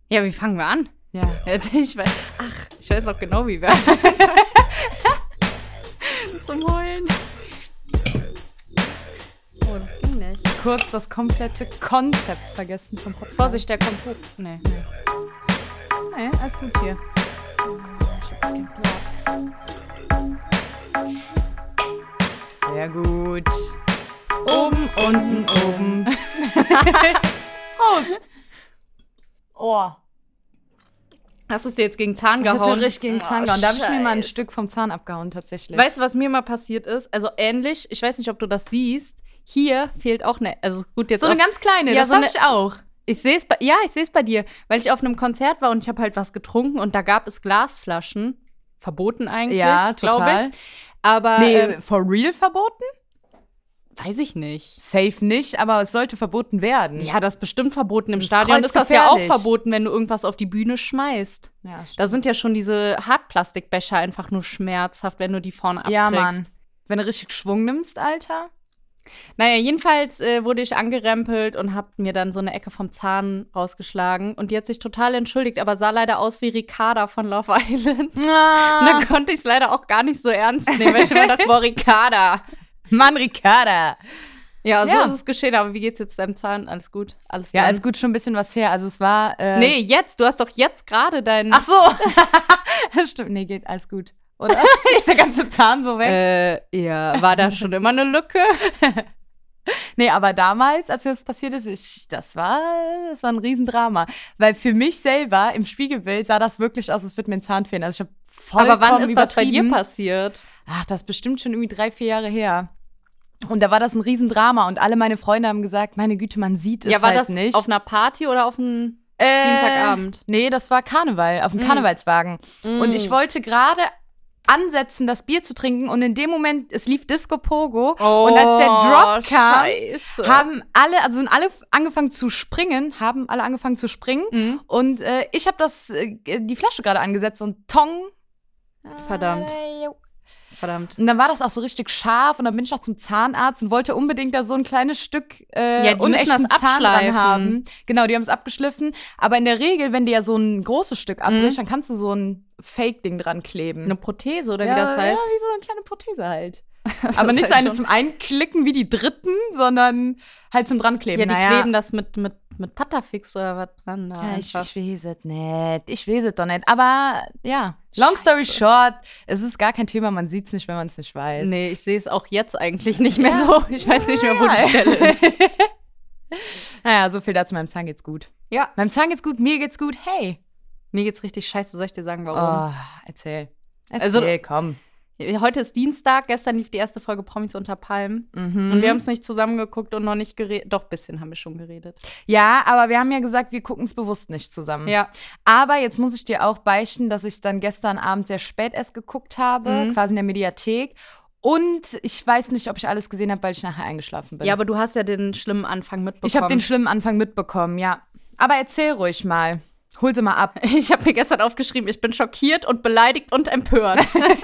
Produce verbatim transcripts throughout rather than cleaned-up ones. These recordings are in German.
Ja, wie fangen wir an? Ja. Ich weiß, ach, ich weiß auch genau, wie wir zum Heulen. Oh, das ging nicht. Kurz das komplette Konzept vergessen vom Podcast. Vorsicht, der kommt hoch. Nee, nee. Nee, alles gut hier. Ich hab keinen Platz. Sehr gut. Oben, unten, oben. Raus. Oh. Hast du es dir jetzt gegen den Zahn gehauen? Hast du richtig gegen den Zahn Oh, gehauen. Da habe ich mir mal ein Scheiße. Stück vom Zahn abgehauen, tatsächlich. Weißt du, was mir mal passiert ist? Also ähnlich, ich weiß nicht, ob du das siehst. Hier fehlt auch eine, also gut, jetzt so eine auch, ganz kleine, ja, das so habe eine- ich auch. ich sehe es bei, ja, ich sehe es bei dir, weil ich auf einem Konzert war und ich habe halt was getrunken und da gab es Glasflaschen. Verboten eigentlich, Ja, glaube total. ich. Aber, Nee, ähm, for real verboten? weiß ich nicht. Safe nicht, aber es sollte verboten werden. Ja, das ist bestimmt verboten. Im Das ist Stadion ist das ja auch kreuzgefährlich. verboten, wenn du irgendwas auf die Bühne schmeißt. Ja, Da sind ja schon diese Hartplastikbecher einfach nur schmerzhaft, wenn du die vorne abkriegst. ja, Mann. Wenn du richtig Schwung nimmst, Alter. Naja, jedenfalls äh, wurde ich angerempelt und hab mir dann so eine Ecke vom Zahn rausgeschlagen. Und die hat sich total entschuldigt, aber sah leider aus wie Ricarda von Love Island. Ah. Und dann konnte ich es leider auch gar nicht so ernst nehmen, weil ich immer dachte, boah, Ricarda. Mann, Ricarda. Ja, so Ja. ist es geschehen. Aber wie geht's jetzt deinem Zahn? Alles gut? Alles Ja, done? alles gut, schon ein bisschen was her. Also es war. Äh, Nee, jetzt. Du hast doch jetzt gerade deinen. Ach so. Stimmt, nee, geht alles gut. Oder? Ist der ganze Zahn so weg? Äh, ja, war da schon immer eine Lücke? Nee, aber damals, als mir das passiert ist, ich, das war, das war ein Riesendrama. Weil für mich selber im Spiegelbild sah das wirklich aus, als würde mir ein Zahn fehlen. Also ich habe vollkommen Aber wann ist das bei dir übertrieben. passiert? Ach, das ist bestimmt schon irgendwie drei, vier Jahre her. Und da war das ein Riesendrama und alle meine Freunde haben gesagt, meine Güte, man sieht es Ja, war halt das nicht. auf einer Party oder auf einem Äh, Dienstagabend? Nee, das war Karneval, auf dem Mm. Karnevalswagen. Mm. Und ich wollte gerade ansetzen, das Bier zu trinken und in dem Moment, es lief Disco Pogo Oh, und als der Drop kam, Scheiße. haben alle, also sind alle angefangen zu springen, haben alle angefangen zu springen Mhm. und äh, ich habe das, äh, die Flasche gerade angesetzt und Tong. Verdammt. Äh, jo. Verdammt. Und dann war das auch so richtig scharf und dann bin ich noch zum Zahnarzt und wollte unbedingt da so ein kleines Stück äh, Ja, die müssen unechten das Zahn dran abschleifen. haben. Genau, die haben es abgeschliffen. Aber in der Regel, wenn dir ja so ein großes Stück abbricht, dann kannst du so ein Fake-Ding dran kleben. Eine Prothese oder ja, wie das heißt? Ja, wie so eine kleine Prothese halt. Das Aber ist nicht halt so eine schon- zum Einklicken wie die dritten, sondern halt zum Drankleben. Ja, die naja. kleben das mit, mit, mit Patafix oder was dran. Da Ja, ich, einfach. ich weiß es nicht. Ich weiß es doch nicht. Aber ja, long story short, es ist gar kein Thema. Man sieht es nicht, wenn man es nicht weiß. Nee, ich sehe es auch jetzt eigentlich nicht mehr Ja. so. Ich weiß nicht mehr, wo die Ja. Stelle ist. Naja, so viel dazu. Meinem Zahn geht's gut. Ja. Meinem Zahn geht's gut, mir geht's gut. Hey. Mir geht's richtig scheiße, soll ich dir sagen, warum? Oh, erzähl. Erzähl, Also- komm. Heute ist Dienstag, gestern lief die erste Folge Promis unter Palmen. Mhm. Und wir haben es nicht zusammengeguckt und noch nicht geredet. Doch, ein bisschen haben wir schon geredet. Ja, aber wir haben ja gesagt, wir gucken es bewusst nicht zusammen. Ja. Aber jetzt muss ich dir auch beichten, dass ich dann gestern Abend sehr spät erst geguckt habe, Mhm. quasi in der Mediathek. Und ich weiß nicht, ob ich alles gesehen habe, weil ich nachher eingeschlafen bin. Ja, aber du hast ja den schlimmen Anfang mitbekommen. ich habe den schlimmen Anfang mitbekommen, ja. Aber erzähl ruhig mal. Hol sie mal ab. Ich habe mir gestern aufgeschrieben, ich bin schockiert und beleidigt und empört.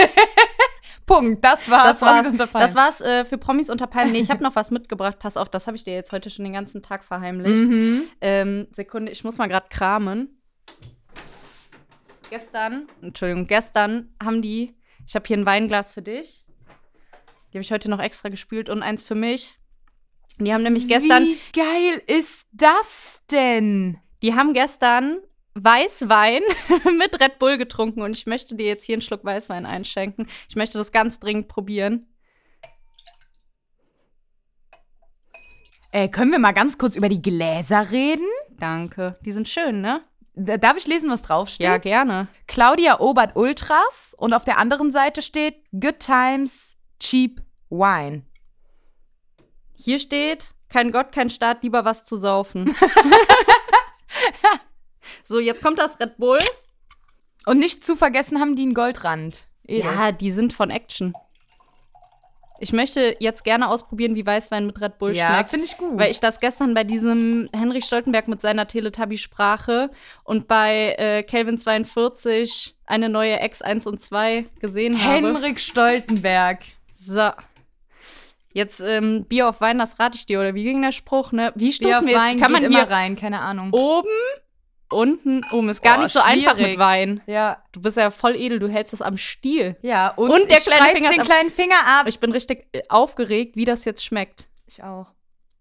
Punkt. Das war's. Das war's, Promis unter Palmen. das war's äh, für Promis unter Palmen. Nee, ich habe noch was mitgebracht. Pass auf, das habe ich dir jetzt heute schon den ganzen Tag verheimlicht. Mhm. Ähm, Sekunde, ich muss mal gerade kramen. Gestern, Entschuldigung, gestern haben die, ich habe hier ein Weinglas für dich. Die habe ich heute noch extra gespült und eins für mich. Die haben nämlich gestern, Wie geil ist das denn? die haben gestern Weißwein mit Red Bull getrunken und ich möchte dir jetzt hier einen Schluck Weißwein einschenken. Ich möchte das ganz dringend probieren. Äh, können wir mal ganz kurz über die Gläser reden? Danke. Die sind schön, ne? Da- Darf ich lesen, was draufsteht? Ja, gerne. Claudia Obert Ultras und auf der anderen Seite steht Good Times, Cheap Wine. Hier steht, kein Gott, kein Staat, lieber was zu saufen. So, jetzt kommt das Red Bull. Und nicht zu vergessen haben die einen Goldrand. Edel. Ja, die sind von Action. Ich möchte jetzt gerne ausprobieren, wie Weißwein mit Red Bull ja schmeckt. finde ich gut. Weil ich das gestern bei diesem Henry Stoltenberg mit seiner Teletubby-Sprache und bei äh, Kelvin zweiundvierzig eine neue Ex eins und zwei gesehen habe. Henrik Stoltenberg. So. Jetzt ähm, Bier auf Wein, das rate ich dir. Oder wie ging der Spruch, ne? Wie Bier auf stoßen wir Wein jetzt? Kann geht man immer hier rein, keine Ahnung. oben unten um. Ist gar Oh, nicht so einfach schwierig. mit Wein. Ja. Du bist ja voll edel, du hältst es am Stiel. Ja, und, Und der ich kleine spreiz Finger ist den am- kleinen Finger ab. Ich bin richtig äh, aufgeregt, wie das jetzt schmeckt. Ich auch.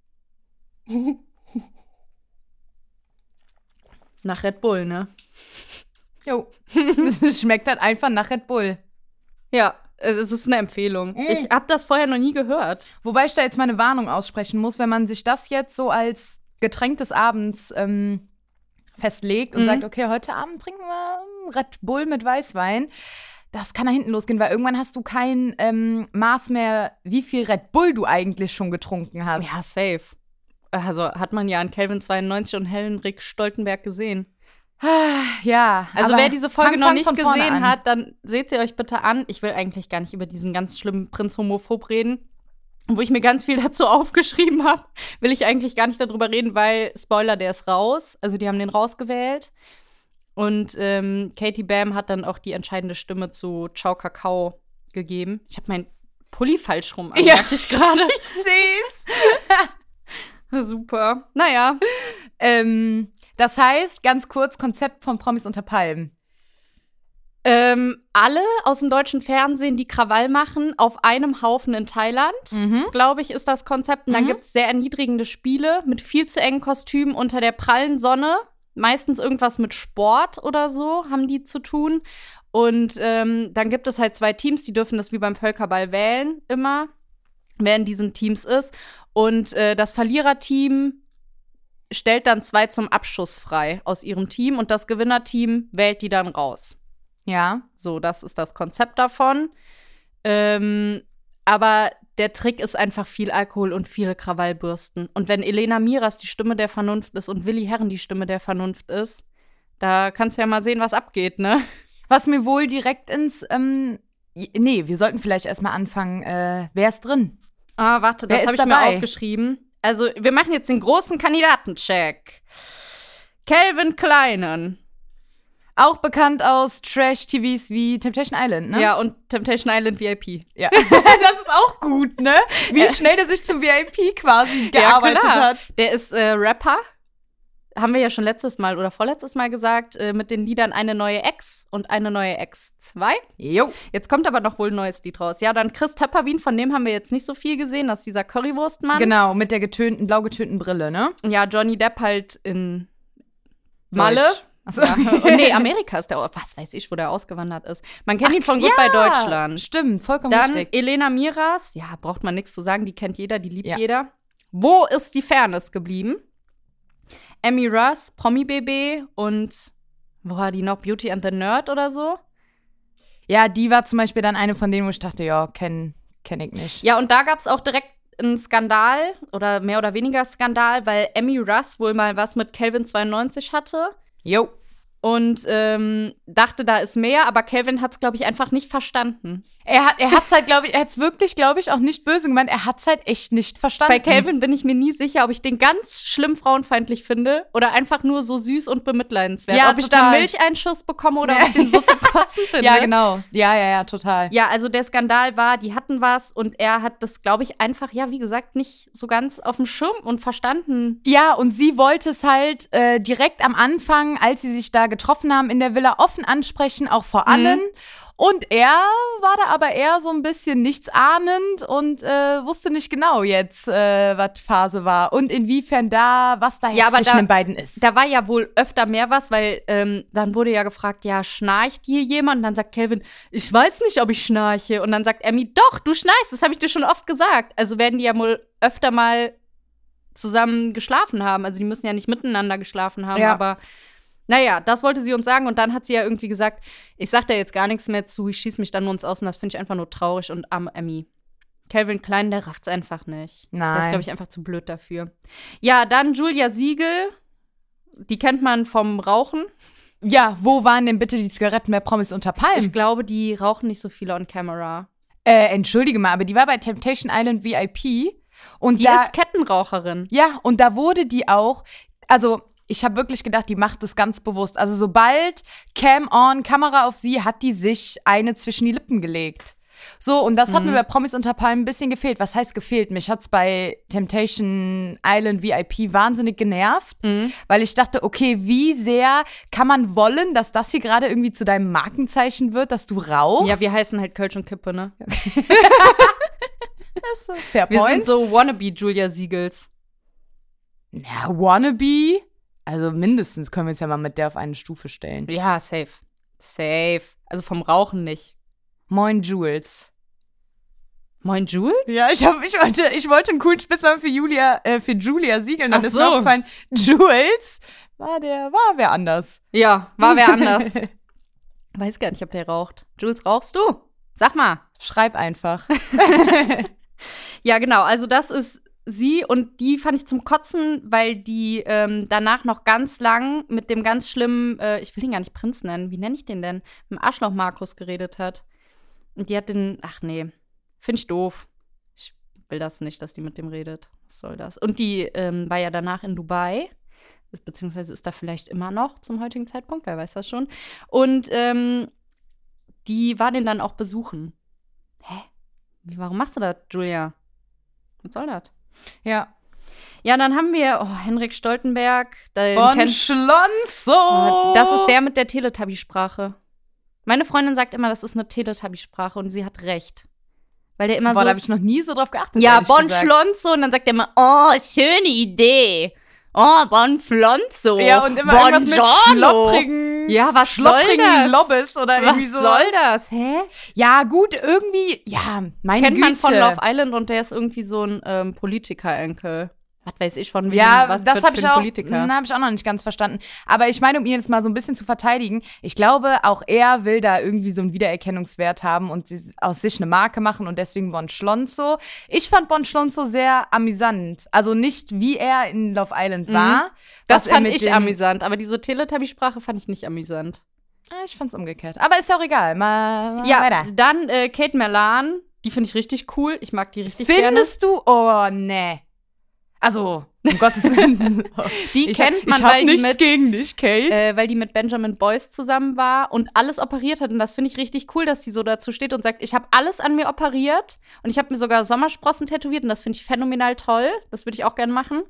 Nach Red Bull, ne? Jo. Es schmeckt halt einfach nach Red Bull. Ja, es ist eine Empfehlung. Mm. Ich habe das vorher noch nie gehört. Wobei ich da jetzt mal eine Warnung aussprechen muss, wenn man sich das jetzt so als Getränk des Abends ähm, festlegt und Mhm. sagt, okay, heute Abend trinken wir Red Bull mit Weißwein. Das kann da hinten losgehen, weil irgendwann hast du kein ähm, Maß mehr, wie viel Red Bull du eigentlich schon getrunken hast. Ja, safe. Also hat man ja an Kelvin zweiundneunzig und Henrik Stoltenberg gesehen. Ja. Also aber wer diese Folge fang- noch fang nicht von vorne gesehen an. hat, dann seht ihr euch bitte an. Ich will eigentlich gar nicht über diesen ganz schlimmen Prinz Homophob reden. Wo ich mir ganz viel dazu aufgeschrieben habe, will ich eigentlich gar nicht darüber reden, weil, Spoiler, der ist raus. Also die haben den rausgewählt. Und ähm, Katie Bam hat dann auch die entscheidende Stimme zu Ciao Kakao gegeben. Ich habe mein Pulli falsch rum, Ja. merke ich gerade. Ich seh's. Super. Naja. ähm, das heißt, ganz kurz, Konzept von Promis unter Palmen. Ähm, alle aus dem deutschen Fernsehen, die Krawall machen, auf einem Haufen in Thailand, Mhm. glaube ich, ist das Konzept. Und dann Mhm. gibt es sehr erniedrigende Spiele mit viel zu engen Kostümen unter der prallen Sonne. Meistens irgendwas mit Sport oder so haben die zu tun. Und ähm, dann gibt es halt zwei Teams, die dürfen das wie beim Völkerball wählen, immer, wer in diesen Teams ist. Und äh, das Verliererteam stellt dann zwei zum Abschuss frei aus ihrem Team und das Gewinnerteam wählt die dann raus. Ja. So, das ist das Konzept davon. Ähm, aber der Trick ist einfach viel Alkohol und viele Krawallbürsten. Und wenn Elena Miras die Stimme der Vernunft ist und Willi Herren die Stimme der Vernunft ist, da kannst du ja mal sehen, was abgeht, ne? Was mir wohl direkt ins, ähm, nee, wir sollten vielleicht erstmal anfangen, äh, wer ist drin? Ah, warte, Wer das ist habe ich mir dabei? aufgeschrieben. Also, wir machen jetzt den großen Kandidatencheck. Calvin Kleinen. Auch bekannt aus Trash-T Vs wie Temptation Island, ne? Ja, und Temptation Island V I P. Ja. Das ist auch gut, ne? Wie Ja. schnell der sich zum V I P quasi gearbeitet ja, klar. hat. Der ist äh, Rapper. Haben wir ja schon letztes Mal oder vorletztes Mal gesagt, äh, mit den Liedern Eine neue Ex und Eine neue Ex zwei. Jo. Jetzt kommt aber noch wohl ein neues Lied raus. Ja, dann Chris Töpperwien, von dem haben wir jetzt nicht so viel gesehen. Das ist dieser Currywurstmann. Genau, mit der getönten, blau getönten Brille, ne? Ja, Johnny Depp halt in Malle. Deutsch. Achso. Ja. Und nee, Amerika ist der, was weiß ich, wo der ausgewandert ist. Man kennt ihn von Goodbye Deutschland. Stimmt, vollkommen Dann richtig. Elena Miras, ja, braucht man nichts zu sagen, die kennt jeder, die liebt Ja. jeder. Wo ist die Fairness geblieben? Emmy Russ, Promi-B B und wo war die noch? Beauty and the Nerd oder so? Ja, die war zum Beispiel dann eine von denen, wo ich dachte, ja, kenn, kenn ich nicht. Ja, und da gab es auch direkt einen Skandal oder mehr oder weniger Skandal, weil Emmy Russ wohl mal was mit Kelvin zweiundneunzig hatte. Jo. Und ähm, dachte, da ist mehr, aber Kelvin hat es, glaube ich, einfach nicht verstanden. Er hat er hat's halt, glaube ich, er hat's wirklich, glaube ich, auch nicht böse gemeint. Er hat's halt echt nicht verstanden. Bei Kelvin bin ich mir nie sicher, ob ich den ganz schlimm frauenfeindlich finde oder einfach nur so süß und bemitleidenswert. Ja, ob ich total. da Milcheinschuss bekomme oder ob ich den so zum Kotzen finde. Ja, genau. Ja, ja, ja, total. Ja, also der Skandal war, die hatten was und er hat das, glaube ich, einfach, ja, wie gesagt, nicht so ganz auf dem Schirm und verstanden. Ja, und sie wollte es halt äh, direkt am Anfang, als sie sich da getroffen haben in der Villa, offen ansprechen, auch vor Mhm. allen. Und er war da aber eher so ein bisschen nichtsahnend und äh, wusste nicht genau jetzt, äh, was Phase war und inwiefern da, was da jetzt Ja, aber zwischen da- den beiden ist. Da war ja wohl öfter mehr was, weil ähm, dann wurde ja gefragt, ja, schnarcht hier jemand? Und dann sagt Kelvin, ich weiß nicht, ob ich schnarche. Und dann sagt Emmy, doch, du schnarchst, das habe ich dir schon oft gesagt. Also werden die ja wohl öfter mal zusammen geschlafen haben. Also die müssen ja nicht miteinander geschlafen haben, Ja. aber naja, das wollte sie uns sagen. Und dann hat sie ja irgendwie gesagt, ich sag da jetzt gar nichts mehr zu, ich schieße mich dann nur ins Außen. Das finde ich einfach nur traurig und arme Emmy. Calvin Klein, der rafft's einfach nicht. Nein. Der ist, glaube ich, einfach zu blöd dafür. Ja, dann Julia Siegel. Die kennt man vom Rauchen. Ja, wo waren denn bitte die Zigaretten bei Promis unter Palmen? Ich glaube, die rauchen nicht so viele on camera. Äh, entschuldige mal, aber die war bei Temptation Island V I P. Und Die da, ist Kettenraucherin. ja, und da wurde die auch, also ich habe wirklich gedacht, die macht das ganz bewusst. Also sobald Cam on, Kamera auf sie, hat die sich eine zwischen die Lippen gelegt. So, und das hat Mhm. mir bei Promis unter Palmen ein bisschen gefehlt. Was heißt gefehlt? Mich hat's bei Temptation Island V I P wahnsinnig genervt, Mhm. weil ich dachte, okay, wie sehr kann man wollen, dass das hier gerade irgendwie zu deinem Markenzeichen wird, dass du rauchst? Ja, wir heißen halt Kölsch und Kippe, ne? Das ist fair Wir point. sind so wannabe Julia Siegels. Ja, wannabe. Also mindestens können wir uns ja mal mit der auf eine Stufe stellen. Ja, safe. Safe. Also vom Rauchen nicht. Moin, Jules. Moin Jules? Ja, ich, hab, ich, wollte, ich wollte einen coolen Spitznamen für Julia, äh, für Julia siegeln. Dann Ach ist so. mir aufgefallen, Jules war der, war wer anders. Ja, war wer anders. Weiß gar nicht, ob der raucht. Jules, rauchst du? Sag mal. Schreib einfach. Ja, genau. Also das ist sie und die fand ich zum Kotzen, weil die ähm, danach noch ganz lang mit dem ganz schlimmen, äh, ich will ihn gar nicht Prinz nennen, wie nenne ich den denn? Mit dem Arschloch Markus geredet hat. Und die hat den, ach nee, finde ich doof. Ich will das nicht, dass die mit dem redet. Was soll das? Und die ähm, war ja danach in Dubai. Beziehungsweise ist da vielleicht immer noch zum heutigen Zeitpunkt, wer weiß das schon. Und ähm, die war den dann auch besuchen. Hä? Wie, warum machst du das, Julia? Was soll das? Ja. Ja, dann haben wir oh, Henrik Stoltenberg. Den Von kennt- Schlonzo. Oh, das ist der mit der Teletubby-Sprache. Meine Freundin sagt immer, das ist eine Teletubby-Sprache und sie hat recht. Weil der immer Boah, so. da habe ich noch nie so drauf geachtet. Ja, ehrlich Bon gesagt. Schlonzo und dann sagt er immer, oh, schöne Idee. Oh, Bon Flonzo. Ja, und immer bon irgendwas mit Giorno. schlopprigen, Ja, was soll schlopprigen das? Lobbes oder irgendwie Was so. soll das? Hä? Ja, gut, irgendwie, ja, meine Kennt Güte. man von Love Island und der ist irgendwie so ein ähm, Politiker-Enkel. Was weiß ich von wem? Ja, was das für- habe für ich ein auch, Politiker. habe ich auch noch nicht ganz verstanden. Aber ich meine, um ihn jetzt mal so ein bisschen zu verteidigen, ich glaube, auch er will da irgendwie so einen Wiedererkennungswert haben und sie- aus sich eine Marke machen und deswegen Bon Schlonzo. Ich fand Bon Schlonzo sehr amüsant. Also nicht, wie er in Love Island war. Das was er fand mit ich den- amüsant, aber diese Teletubby-Sprache fand ich nicht amüsant. Ah, ich fand's umgekehrt. Aber ist ja auch egal. Mal, mal Ja, weiter. dann äh, Kate Merlan, die finde ich richtig cool. Ich mag die richtig gerne. Findest du? Oh, nee. Also, um Gottes Willen. Die ich, kennt man, ich hab weil die nichts mit gegen dich, Kate. äh, weil die mit Benjamin Boyce zusammen war und alles operiert hat. Und das finde ich richtig cool, dass die so dazu steht und sagt, ich habe alles an mir operiert und ich habe mir sogar Sommersprossen tätowiert und das finde ich phänomenal toll. Das würde ich auch gerne machen.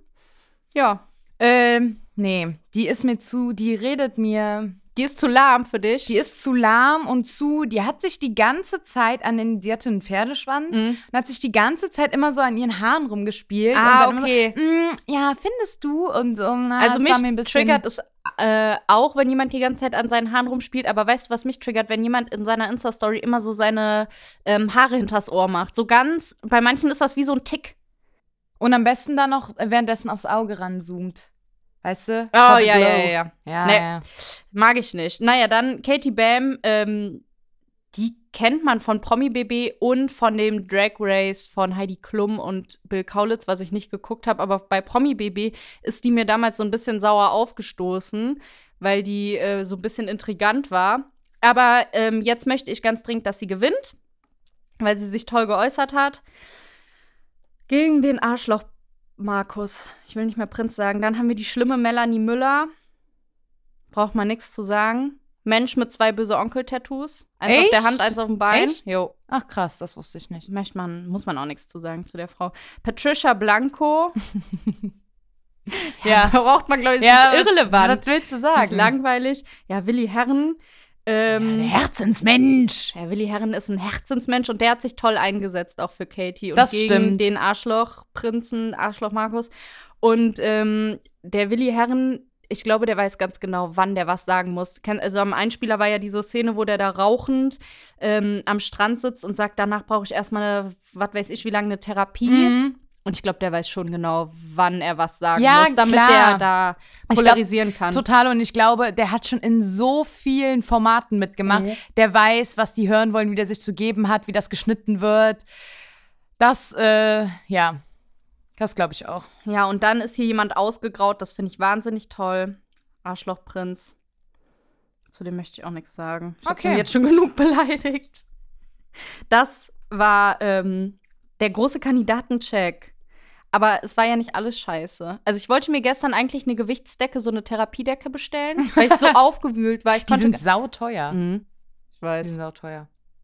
Ja. Ähm, nee, die ist mir zu, die redet mir, Die ist zu lahm für dich. die ist zu lahm und zu, die hat sich die ganze Zeit an den, die hatte einen Pferdeschwanz Mhm. und hat sich die ganze Zeit immer so an ihren Haaren rumgespielt. Ah, und dann okay. Immer so, mm, ja, findest du? Und so, na, Also das mich war mir ein bisschen, triggert es äh, auch, wenn jemand die ganze Zeit an seinen Haaren rumspielt. Aber weißt du, was mich triggert? Wenn jemand in seiner Insta-Story immer so seine ähm, Haare hinters Ohr macht. So ganz, bei manchen ist das wie so ein Tick. Und am besten dann noch währenddessen aufs Auge ranzoomt. Weißt du? Oh, For the ja, glow. ja, ja, ja. Ja, Nee. ja. Mag ich nicht. Naja, dann Katie Bam, ähm, die kennt man von Promi B B und von dem Drag Race von Heidi Klum und Bill Kaulitz, was ich nicht geguckt habe. Aber bei Promi B B ist die mir damals so ein bisschen sauer aufgestoßen, weil die äh, so ein bisschen intrigant war. Aber ähm, jetzt möchte ich ganz dringend, dass sie gewinnt, weil sie sich toll geäußert hat. Gegen den Arschloch Markus. Ich will nicht mehr Prinz sagen. Dann haben wir die schlimme Melanie Müller. Braucht man nichts zu sagen. Mensch mit zwei böse Onkel-Tattoos. Eins auf Echt? der Hand, eins auf dem Bein. Echt? Jo. Ach krass, das wusste ich nicht. Möchte man, muss man auch nichts zu sagen zu der Frau. Patricia Blanco. Ja. Braucht man, glaube ich, Ja, ist irrelevant. Was willst du Ist sagen? langweilig. Ja, Willi Herren. Ähm, Der Herzensmensch. Ja, Willi Herren ist ein Herzensmensch und der hat sich toll eingesetzt, auch für Katie und Das gegen stimmt. den Arschlochprinzen, Arschloch Markus. Und ähm, der Willi Herren, ich glaube, der weiß ganz genau, wann der was sagen muss. Ken- Also am Einspieler war ja diese Szene, wo der da rauchend ähm, am Strand sitzt und sagt, danach brauche ich erstmal eine, was weiß ich, wie lange eine Therapie. Mhm. Und ich glaube, der weiß schon genau, wann er was sagen Ja, muss, damit klar. der da glaub, polarisieren kann. Total, und ich glaube, der hat schon in so vielen Formaten mitgemacht. Mhm. Der weiß, was die hören wollen, wie der sich zu geben hat, wie das geschnitten wird. Das, äh, ja, das glaube ich auch. Ja, und dann ist hier jemand ausgegraut, das finde ich wahnsinnig toll. Arschlochprinz. Zu dem möchte ich auch nichts sagen. Ich Okay. habe ihn jetzt schon genug beleidigt. Das war ähm, der große Kandidatencheck. Aber es war ja nicht alles scheiße. Also ich wollte mir gestern eigentlich eine Gewichtsdecke, so eine Therapiedecke bestellen, weil ich so aufgewühlt war. Ich Die konnte sind sauteuer. Mhm. Ich Die weiß. sind sauteuer.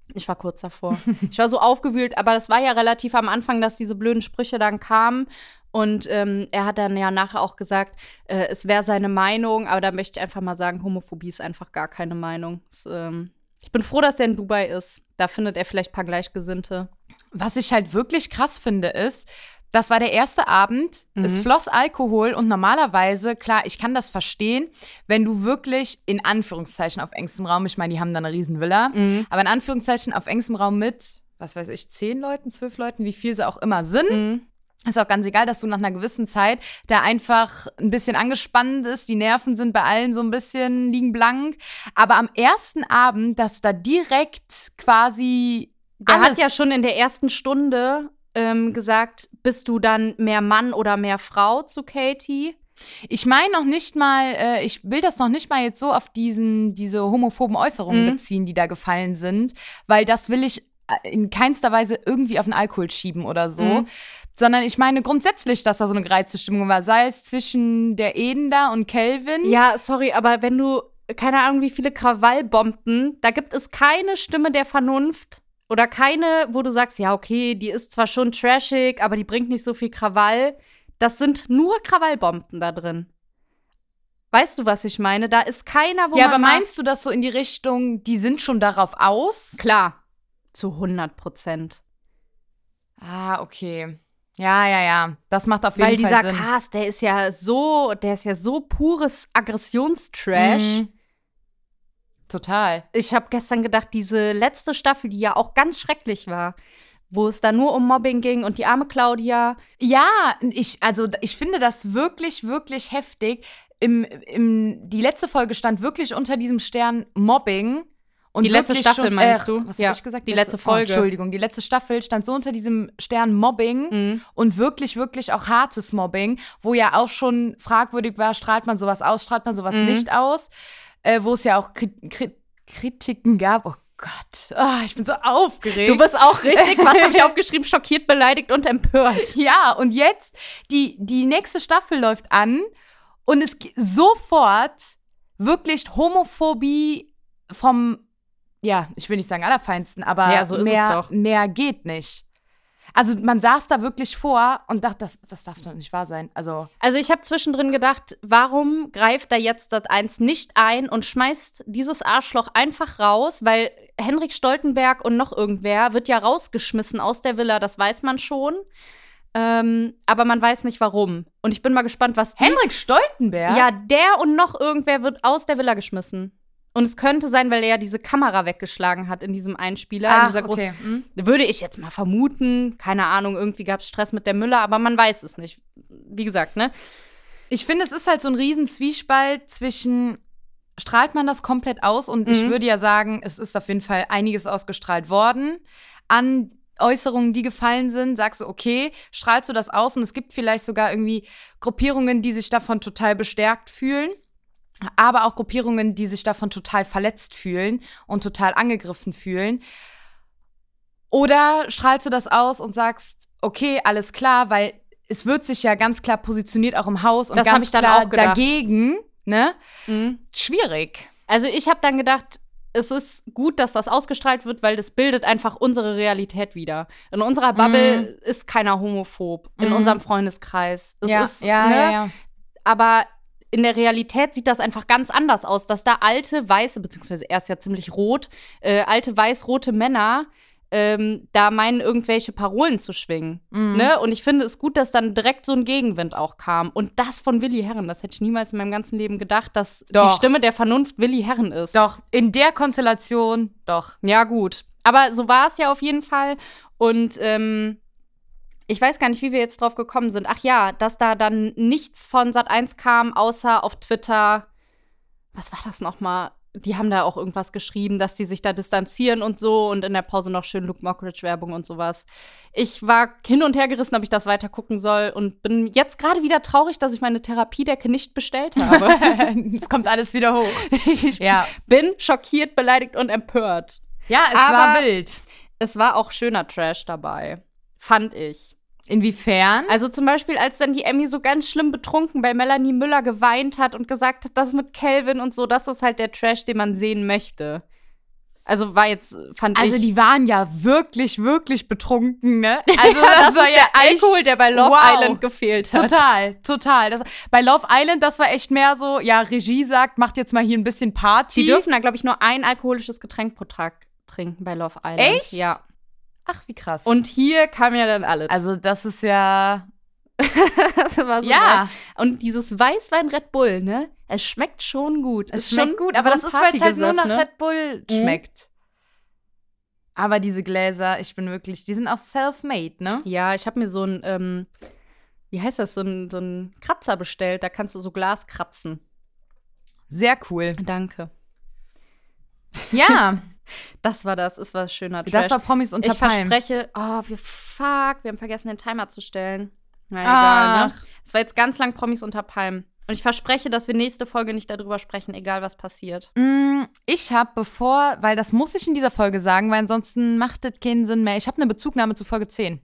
Ich war kurz davor. Ich war so aufgewühlt, aber das war ja relativ am Anfang, dass diese blöden Sprüche dann kamen. Und ähm, er hat dann ja nachher auch gesagt, äh, es wäre seine Meinung, aber da möchte ich einfach mal sagen, Homophobie ist einfach gar keine Meinung. Es, ähm, ich bin froh, dass er in Dubai ist. Da findet er vielleicht ein paar Gleichgesinnte. Was ich halt wirklich krass finde, ist, das war der erste Abend, mhm. es floss Alkohol und normalerweise, klar, ich kann das verstehen, wenn du wirklich in Anführungszeichen auf engstem Raum, ich meine, die haben da eine riesen Villa, mhm. aber in Anführungszeichen auf engstem Raum mit, was weiß ich, zehn Leuten, zwölf Leuten, wie viel sie auch immer sind, mhm. ist auch ganz egal, dass du nach einer gewissen Zeit da einfach ein bisschen angespannt ist, die Nerven sind bei allen so ein bisschen liegen blank, aber am ersten Abend, dass da direkt quasi Der alles hat ja schon in der ersten Stunde ähm, gesagt, bist du dann mehr Mann oder mehr Frau zu Katie? Ich meine noch nicht mal, äh, ich will das noch nicht mal jetzt so auf diesen, diese homophoben Äußerungen mhm. beziehen, die da gefallen sind, weil das will ich in keinster Weise irgendwie auf den Alkohol schieben oder so. Mhm. Sondern ich meine grundsätzlich, dass da so eine gereizte Stimmung war, sei es zwischen der Eden da und Kelvin. Ja, sorry, aber wenn du, keine Ahnung, wie viele Krawallbomben, da gibt es keine Stimme der Vernunft oder keine, wo du sagst, ja, okay, die ist zwar schon trashig, aber die bringt nicht so viel Krawall. Das sind nur Krawallbomben da drin. Weißt du, was ich meine? Da ist keiner, wo ja, man aber meinst du das so in die Richtung, die sind schon darauf aus? Klar, zu hundert Prozent. Ah, okay. Ja, ja, ja. Das macht auf jeden Weil Fall Sinn. Weil dieser Cast, der ist ja so, der ist ja so pures Aggressionstrash. Mhm. Total. Ich habe gestern gedacht, diese letzte Staffel, die ja auch ganz schrecklich war, wo es da nur um Mobbing ging und die arme Claudia. Ja, ich, also ich finde das wirklich, wirklich heftig. Im, im, die letzte Folge stand wirklich unter diesem Stern Mobbing. Und die letzte Staffel, schon, meinst äh, du? Was ja, hab ich gesagt? Die letzte, letzte Folge. Oh, Entschuldigung, die letzte Staffel stand so unter diesem Stern Mobbing mhm. und wirklich, wirklich auch hartes Mobbing, wo ja auch schon fragwürdig war, strahlt man sowas aus, strahlt man sowas mhm. nicht aus, äh, wo es ja auch Kri- Kri- Kritiken gab. Oh Gott, oh, ich bin so aufgeregt. Du bist auch richtig, was habe ich aufgeschrieben? Schockiert, beleidigt und empört. Ja, und jetzt, die, die nächste Staffel läuft an und es geht sofort wirklich Homophobie vom ja, ich will nicht sagen allerfeinsten, aber ja, so ist mehr, es doch. mehr geht nicht. Also man saß da wirklich vor und dachte, das, das darf doch nicht wahr sein. Also, also ich habe zwischendrin gedacht, warum greift da jetzt das eins nicht ein und schmeißt dieses Arschloch einfach raus? Weil Henrik Stoltenberg und noch irgendwer wird ja rausgeschmissen aus der Villa, das weiß man schon. Ähm, aber man weiß nicht, warum. Und ich bin mal gespannt, was die Henrik Stoltenberg? Ja, der und noch irgendwer wird aus der Villa geschmissen. Und es könnte sein, weil er ja diese Kamera weggeschlagen hat in diesem Einspieler. Ach, in dieser okay. Hm. Würde ich jetzt mal vermuten. Keine Ahnung, irgendwie gab es Stress mit der Müller, aber man weiß es nicht. Wie gesagt, ne? Ich finde, es ist halt so ein riesen Zwiespalt zwischen, strahlt man das komplett aus? Und mhm. ich würde ja sagen, es ist auf jeden Fall einiges ausgestrahlt worden an Äußerungen, die gefallen sind. Sagst du, okay, strahlst du das aus? Und es gibt vielleicht sogar irgendwie Gruppierungen, die sich davon total bestärkt fühlen. Aber auch Gruppierungen, die sich davon total verletzt fühlen und total angegriffen fühlen. Oder strahlst du das aus und sagst, okay, alles klar, weil es wird sich ja ganz klar positioniert, auch im Haus und das ganz ich dann klar auch gedacht. dagegen, ne? Mhm. Schwierig. Also ich habe dann gedacht, es ist gut, dass das ausgestrahlt wird, weil das bildet einfach unsere Realität wieder. In unserer Bubble mhm. ist keiner homophob, in mhm. unserem Freundeskreis. Es ja, ist, ja, ne? ja, ja. Aber in der Realität sieht das einfach ganz anders aus, dass da alte, weiße, beziehungsweise er ist ja ziemlich rot, äh, alte, weiß-rote Männer ähm, da meinen, irgendwelche Parolen zu schwingen. Mhm. Ne? Und ich finde es gut, dass dann direkt so ein Gegenwind auch kam. Und das von Willi Herren, das hätte ich niemals in meinem ganzen Leben gedacht, dass doch. die Stimme der Vernunft Willi Herren ist. Doch, in der Konstellation, doch. Ja, gut. Aber so war es ja auf jeden Fall. Und ähm, ich weiß gar nicht, wie wir jetzt drauf gekommen sind. Ach ja, dass da dann nichts von Sat eins kam, außer auf Twitter. Was war das nochmal? Die haben da auch irgendwas geschrieben, dass die sich da distanzieren und so. Und in der Pause noch schön Luke Mockridge-Werbung und sowas. Ich war hin und her gerissen, ob ich das weiter gucken soll. Und bin jetzt gerade wieder traurig, dass ich meine Therapiedecke nicht bestellt habe. Es kommt alles wieder hoch. Ich ja. bin schockiert, beleidigt und empört. Ja, es Aber war wild. Es war auch schöner Trash dabei. Fand ich. Inwiefern? Also zum Beispiel, als dann die Emmy so ganz schlimm betrunken bei Melanie Müller geweint hat und gesagt hat, das mit Kelvin und so, das ist halt der Trash, den man sehen möchte. Also war jetzt, fand Also ich. die waren ja wirklich, wirklich betrunken, ne? Also ja, das, war ist ja der Alkohol, echt, der bei Love wow. Island gefehlt hat. Total, total. Das, bei Love Island, das war echt mehr so, ja, Regie sagt, macht jetzt mal hier ein bisschen Party. Die dürfen da, glaube ich, nur ein alkoholisches Getränk pro Tag trinken bei Love Island. Echt? Ja. Ach, wie krass. Und hier kam ja dann alles. also das ist ja, das war so ja, geil. Und dieses Weißwein Red Bull, ne? Es schmeckt schon gut. es Ist schmeckt schon gut, aber so das ein ist, weil es halt nur Partygesöff, nach ne? Red Bull Mhm. schmeckt. Aber diese Gläser, ich bin wirklich, die sind auch self-made, ne? Ja, ich habe mir so ein, ähm, wie heißt das, so ein, so ein Kratzer bestellt. Da kannst du so Glas kratzen. Sehr cool. Danke. Ja, Das war das. Es war schöner Trash. das war Promis unter Ich Palmen. verspreche, oh, wir fuck, wir haben vergessen, den Timer zu stellen. Na egal, ne? Ach. Es war jetzt ganz lang Promis unter Palmen. Und ich verspreche, dass wir nächste Folge nicht darüber sprechen, egal was passiert. Mm, Ich habe bevor, weil das muss ich in dieser Folge sagen, weil ansonsten macht das keinen Sinn mehr. Ich habe eine Bezugnahme zu Folge zehn.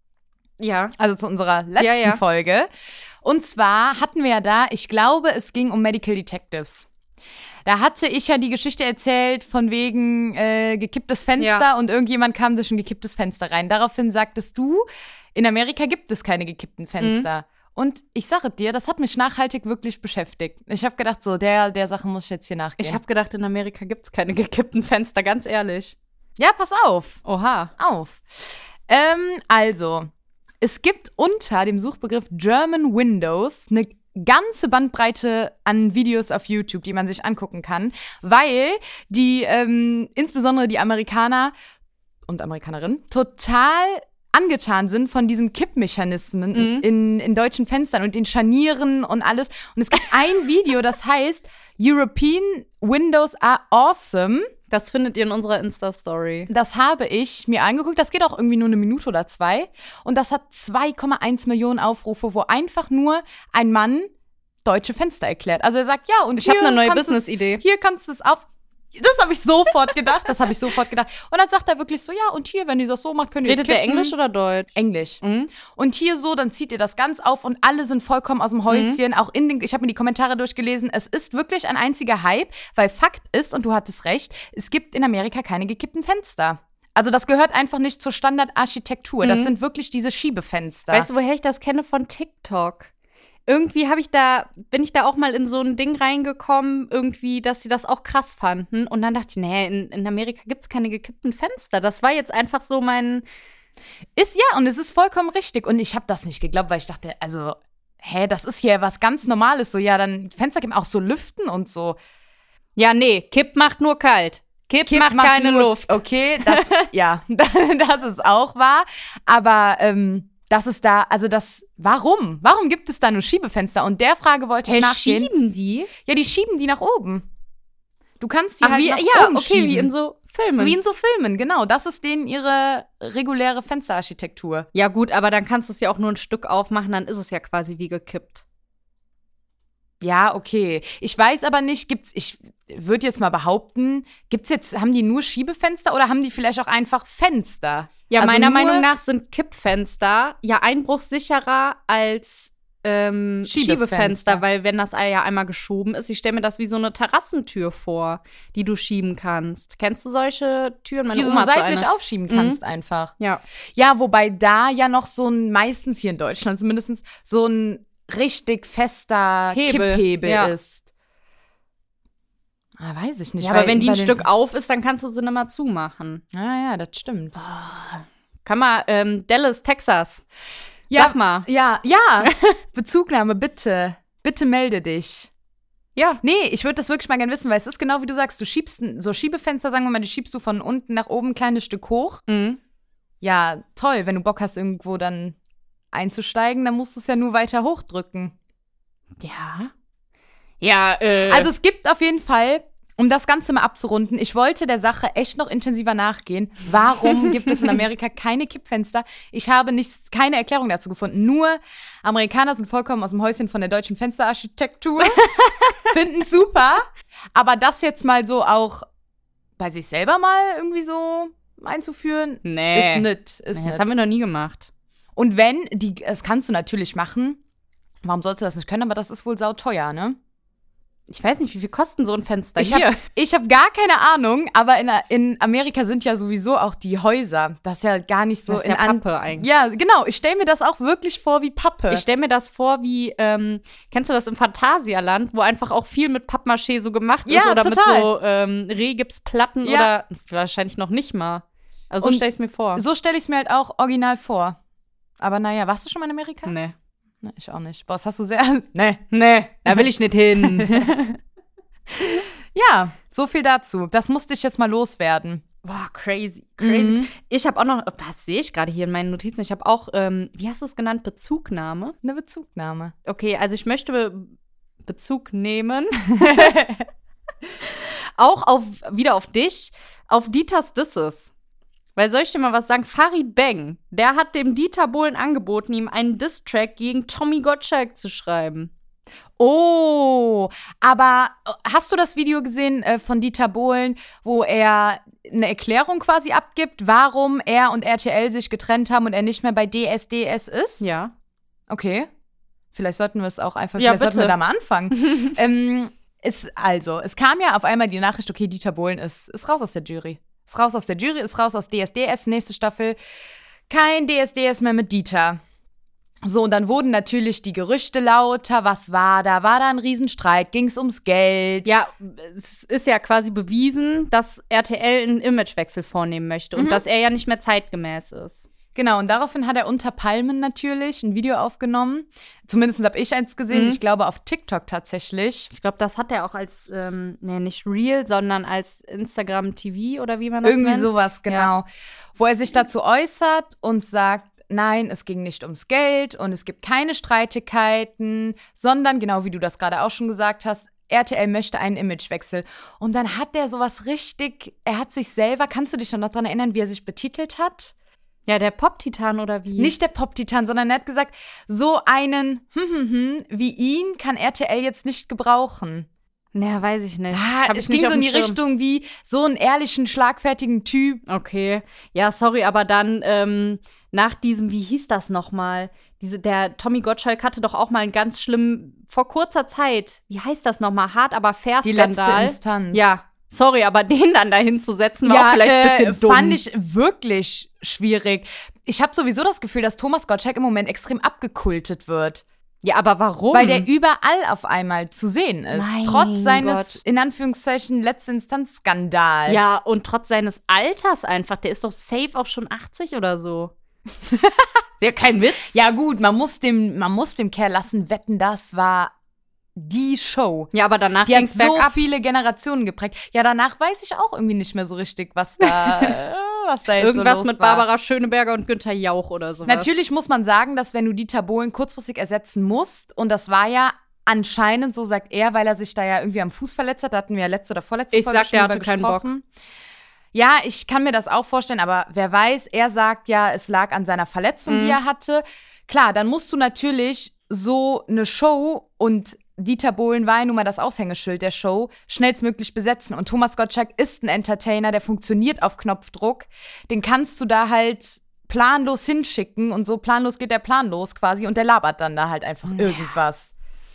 Ja. Also zu unserer letzten Ja, ja. Folge. Und zwar hatten wir ja da, ich glaube, es ging um Medical Detectives. Da hatte ich ja die Geschichte erzählt von wegen äh, gekipptes Fenster Ja. und irgendjemand kam durch ein gekipptes Fenster rein. Daraufhin sagtest du, in Amerika gibt es keine gekippten Fenster. Und ich sage dir, das hat mich nachhaltig wirklich beschäftigt. Ich habe gedacht, so, der, der Sache muss ich jetzt hier nachgehen. Ich habe gedacht, in Amerika gibt es keine gekippten Fenster, ganz ehrlich. ja, pass auf. Oha. auf. Ähm, also, es gibt unter dem Suchbegriff German Windows eine ganze Bandbreite an Videos auf YouTube, die man sich angucken kann, weil die, ähm, insbesondere die Amerikaner und Amerikanerinnen, total angetan sind von diesen Kippmechanismen Mhm. in, in deutschen Fenstern und den Scharnieren und alles. Und es gibt ein Video, das heißt European Windows are awesome. Das findet ihr in unserer Insta-Story. Das habe ich mir angeguckt. Das geht auch irgendwie nur eine Minute oder zwei. Und das hat zwei Komma eins Millionen Aufrufe, wo einfach nur ein Mann deutsche Fenster erklärt. Also er sagt, ja, und Ich hier habe eine neue kannst du's- Business-Idee. Hier kannst du es auf. Das habe ich sofort gedacht. Das habe ich sofort gedacht. Und dann sagt er wirklich so, ja, und hier, wenn ihr das so macht, könnt ihr es Redet der kippen. Englisch oder Deutsch? Englisch. Mhm. Und hier so, dann zieht ihr das ganz auf und alle sind vollkommen aus dem Häuschen. Auch in den, ich habe mir die Kommentare durchgelesen. Es ist wirklich ein einziger Hype, weil Fakt ist, und du hattest recht, es gibt in Amerika keine gekippten Fenster. Also das gehört einfach nicht zur Standardarchitektur. Das Mhm. sind wirklich diese Schiebefenster. Weißt du, woher ich das kenne? Von TikTok. Irgendwie habe ich da, bin ich da auch mal in so ein Ding reingekommen, irgendwie, dass sie das auch krass fanden. Und dann dachte ich, nee, in, in Amerika gibt es keine gekippten Fenster. Das war jetzt einfach so mein. Ist ja, und es ist vollkommen richtig. Und ich habe das nicht geglaubt, weil ich dachte, also, hä, das ist hier was ganz Normales. So, ja, dann Fenster geben auch so Lüften und so. Ja, nee, Kipp macht nur kalt. Kipp, Kipp macht keine nur- Luft. Okay, das, ja, das ist auch wahr. Aber ähm, das ist da, also das, warum? Warum gibt es da nur Schiebefenster? Und der Frage wollte ich Hä, nachgehen. schieben die? Ja, die schieben die nach oben. Du kannst die Ach, halt wie, nach ja, oben okay, schieben. wie in so Filmen. Wie in so Filmen, genau. Das ist denen ihre reguläre Fensterarchitektur. Ja, gut, aber dann kannst du es ja auch nur ein Stück aufmachen, dann ist es ja quasi wie gekippt. Ja, okay. Ich weiß aber nicht, gibt's, ich würde jetzt mal behaupten, gibt's jetzt, haben die nur Schiebefenster oder haben die vielleicht auch einfach Fenster? Ja, Also meiner nur- Meinung nach sind Kippfenster ja einbruchsicherer als ähm, Schiebefenster. Schiebefenster, weil wenn das ja einmal geschoben ist, ich stelle mir das wie so eine Terrassentür vor, die du schieben kannst. Kennst du solche Türen? Meine Die du so Oma hat so seitlich eine. aufschieben kannst einfach. Ja. Ja, wobei da ja noch so ein, meistens hier in Deutschland zumindest, so ein richtig fester Hebel, Kipphebel ja. ist. Ah, weiß ich nicht. Ja, aber weil wenn die bei ein den- Stück auf ist, dann kannst du sie nicht mal zumachen. Ah ja, das stimmt. Kann mal, ähm, Dallas, Texas. Ja, Sag mal. Ja, ja. Bezugnahme, bitte. Bitte melde dich. Ja. Nee, ich würde das wirklich mal gerne wissen, weil es ist genau wie du sagst, du schiebst ein- so Schiebefenster, sagen wir mal, die schiebst du von unten nach oben ein kleines Stück hoch. Mhm. Ja, toll, wenn du Bock hast, irgendwo dann einzusteigen, dann musst du es ja nur weiter hochdrücken. Ja. Ja, äh. Also es gibt auf jeden Fall, um das Ganze mal abzurunden, ich wollte der Sache echt noch intensiver nachgehen. Warum gibt es in Amerika keine Kippfenster? Ich habe nichts, keine Erklärung dazu gefunden. Nur Amerikaner sind vollkommen aus dem Häuschen von der deutschen Fensterarchitektur, finden super. Aber das jetzt mal so auch bei sich selber mal irgendwie so einzuführen, nee. ist nett. Ist Nee, das nett. haben wir noch nie gemacht. Und wenn, die, das kannst du natürlich machen. Warum sollst du das nicht können? Aber das ist wohl sauteuer, ne? Ich weiß nicht, wie viel kosten so ein Fenster Ich hier? habe ich hab gar keine Ahnung, aber in, in Amerika sind ja sowieso auch die Häuser. Das ist ja gar nicht so Das ist in ja an- Pappe eigentlich. Ja, genau. Ich stelle mir das auch wirklich vor wie Pappe. Ich stelle mir das vor wie, ähm, kennst du das im Phantasialand, wo einfach auch viel mit Pappmaché so gemacht ist Ja, oder total. mit so ähm, Rehgipsplatten Ja. oder wahrscheinlich noch nicht mal. Also so Und stelle ich es mir vor. So stelle ich es mir halt auch original vor. Aber naja, warst du schon mal in Amerika? Nee. Nee, ich auch nicht. Boah, das hast du sehr. Nee. Nee, da will ich nicht hin. Ja, so viel dazu. Das musste ich jetzt mal loswerden. Boah, crazy, crazy. Mhm. Ich habe auch noch, was sehe ich gerade hier in meinen Notizen? Ich habe auch, ähm, wie hast du es genannt, Bezugnahme? Eine Bezugnahme. Okay, also ich möchte Be Bezug nehmen. Auch auf, wieder auf dich, auf Dieters Disses. Weil soll ich dir mal was sagen? Farid Bang, der hat dem Dieter Bohlen angeboten, ihm einen Diss-Track gegen Tommy Gottschalk zu schreiben. Oh, aber hast du das Video gesehen äh, von Dieter Bohlen, wo er eine Erklärung quasi abgibt, warum er und R T L sich getrennt haben und er nicht mehr bei D S D S ist? Ja. Okay. Vielleicht sollten wir es auch einfach, Ja, vielleicht sollten wir bitte. da mal anfangen. ähm, es, also, es kam ja auf einmal die Nachricht, okay, Dieter Bohlen ist, ist raus aus der Jury. Ist raus aus der Jury, ist raus aus D S D S, nächste Staffel. Kein D S D S mehr mit Dieter. So, und dann wurden natürlich die Gerüchte lauter. Was war da? War da ein Riesenstreit? Ging es ums Geld? Ja, es ist ja quasi bewiesen, dass R T L einen Imagewechsel vornehmen möchte und dass er ja nicht mehr zeitgemäß ist. Genau, und daraufhin hat er unter Palmen natürlich ein Video aufgenommen. Zumindest habe ich eins gesehen, Mhm. ich glaube auf TikTok tatsächlich. Ich glaube, das hat er auch als, ähm, nee, nicht Real, sondern als Instagram T V oder wie man das Irgendwie nennt. sowas, genau. Ja. Wo er sich dazu äußert und sagt, nein, es ging nicht ums Geld und es gibt keine Streitigkeiten, sondern, genau wie du das gerade auch schon gesagt hast, R T L möchte einen Imagewechsel. Und dann hat der sowas richtig, er hat sich selber, kannst du dich noch daran erinnern, wie er sich betitelt hat? Ja, der Pop-Titan oder wie? Nicht der Pop-Titan, sondern er hat gesagt, so einen hm, hm, hm, wie ihn kann R T L jetzt nicht gebrauchen. Naja, weiß ich nicht. Ah, Hab es ich nicht ging auf so in dem die Schirm. Richtung wie so einen ehrlichen, schlagfertigen Typ. Okay. Ja, sorry, aber dann ähm, nach diesem, wie hieß das nochmal? Diese, der Tommy Gottschalk hatte doch auch mal einen ganz schlimmen, vor kurzer Zeit, wie heißt das nochmal? Hart, aber fair Die letzte Skandal. Instanz. Ja, sorry, aber den dann dahin zu setzen, war auch vielleicht ein bisschen äh, dumm. fand ich wirklich schwierig. Ich habe sowieso das Gefühl, dass Thomas Gottschalk im Moment extrem abgekultet wird. Ja, aber warum? Weil der überall auf einmal zu sehen ist. Mein Trotz seines, Gott. in Anführungszeichen, letzte Instanz-Skandal. Ja, und trotz seines Alters einfach, der ist doch safe auch schon achtzig oder so. Der kein Witz. Ja, gut, man muss dem, man muss dem Kerl lassen wetten, das war die Show. Ja, aber danach Die hat ging's so bergab. viele Generationen geprägt. Ja, danach weiß ich auch irgendwie nicht mehr so richtig, was da, äh, was da jetzt Irgendwas so los mit war. Barbara Schöneberger und Günther Jauch oder sowas. Natürlich muss man sagen, dass wenn du Dieter Bohlen kurzfristig ersetzen musst, und das war ja anscheinend, so sagt er, weil er sich da ja irgendwie am Fuß verletzt hat, da hatten wir ja letzte oder vorletzte Ich Folge sag, schon der drüber hatte keinen Bock. gesprochen. Ja, ich kann mir das auch vorstellen, aber wer weiß, er sagt ja, es lag an seiner Verletzung, Mhm. die er hatte. Klar, dann musst du natürlich so eine Show, und Dieter Bohlen war ja nun mal das Aushängeschild der Show, schnellstmöglich besetzen. Und Thomas Gottschalk ist ein Entertainer, der funktioniert auf Knopfdruck. Den kannst du da halt planlos hinschicken, und so planlos geht der planlos quasi, und der labert dann da halt einfach irgendwas.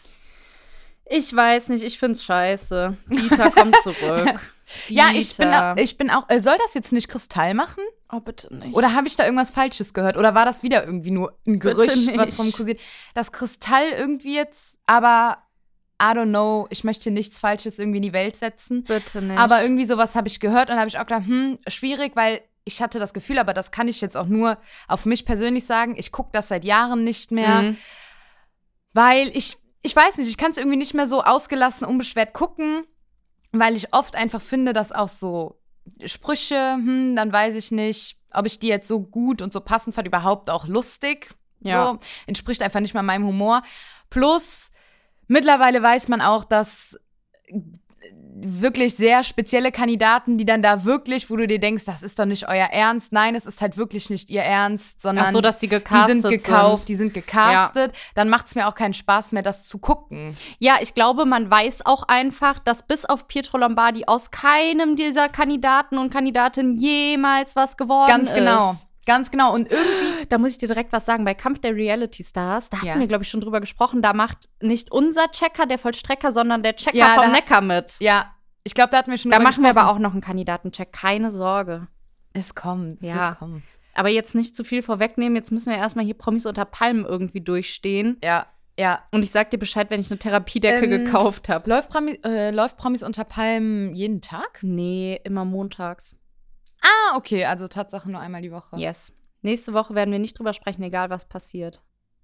Ich weiß nicht, ich find's scheiße. Dieter, komm zurück. Ja, ich bin, Dieter. auch, ich bin auch, äh, soll das jetzt nicht Kristall machen? Oh, bitte nicht. Oder habe ich da irgendwas Falsches gehört? Oder war das wieder irgendwie nur ein Bitte Gerücht, nicht. was rumkursiert? Das Kristall irgendwie jetzt, aber I don't know, ich möchte nichts Falsches irgendwie in die Welt setzen. Bitte nicht. Aber irgendwie sowas habe ich gehört, und habe ich auch gedacht, hm, schwierig, weil ich hatte das Gefühl, aber das kann ich jetzt auch nur auf mich persönlich sagen, ich gucke das seit Jahren nicht mehr, Mhm. weil ich, ich weiß nicht, ich kann es irgendwie nicht mehr so ausgelassen, unbeschwert gucken, weil ich oft einfach finde, dass auch so Sprüche, hm, dann weiß ich nicht, ob ich die jetzt so gut und so passend fand, überhaupt auch lustig. Ja. So, entspricht einfach nicht mal meinem Humor. Plus, mittlerweile weiß man auch, dass wirklich sehr spezielle Kandidaten, die dann da wirklich, wo du dir denkst, das ist doch nicht euer Ernst. Nein, es ist halt wirklich nicht ihr Ernst, sondern Ach so, dass die die gecastet sind gekauft, sind. die sind gecastet. Dann macht es mir auch keinen Spaß mehr, das zu gucken. Ja, ich glaube, man weiß auch einfach, dass bis auf Pietro Lombardi aus keinem dieser Kandidaten und Kandidatinnen jemals was geworden Ganz ist. genau. Ganz genau. Und irgendwie. Da muss ich dir direkt was sagen. Bei Kampf der Reality Stars, da hatten Ja. wir, glaube ich, schon drüber gesprochen, da macht nicht unser Checker, der Vollstrecker, sondern der Checker Ja, vom da- Neckar mit. Ja, ich glaube, da hatten wir schon Da drüber machen wir gesprochen. aber auch noch einen Kandidatencheck, keine Sorge. Es kommt, es Ja. wird kommen. Aber jetzt nicht zu viel vorwegnehmen, jetzt müssen wir erstmal hier Promis unter Palmen irgendwie durchstehen. Ja, ja. Und ich sag dir Bescheid, wenn ich eine Therapiedecke Ähm, gekauft habe. Läuft, Promi, äh, läuft Promis unter Palmen jeden Tag? Nee, immer montags. Ah, okay, also Tatsache nur einmal die Woche. Yes. Nächste Woche werden wir nicht drüber sprechen, egal was passiert.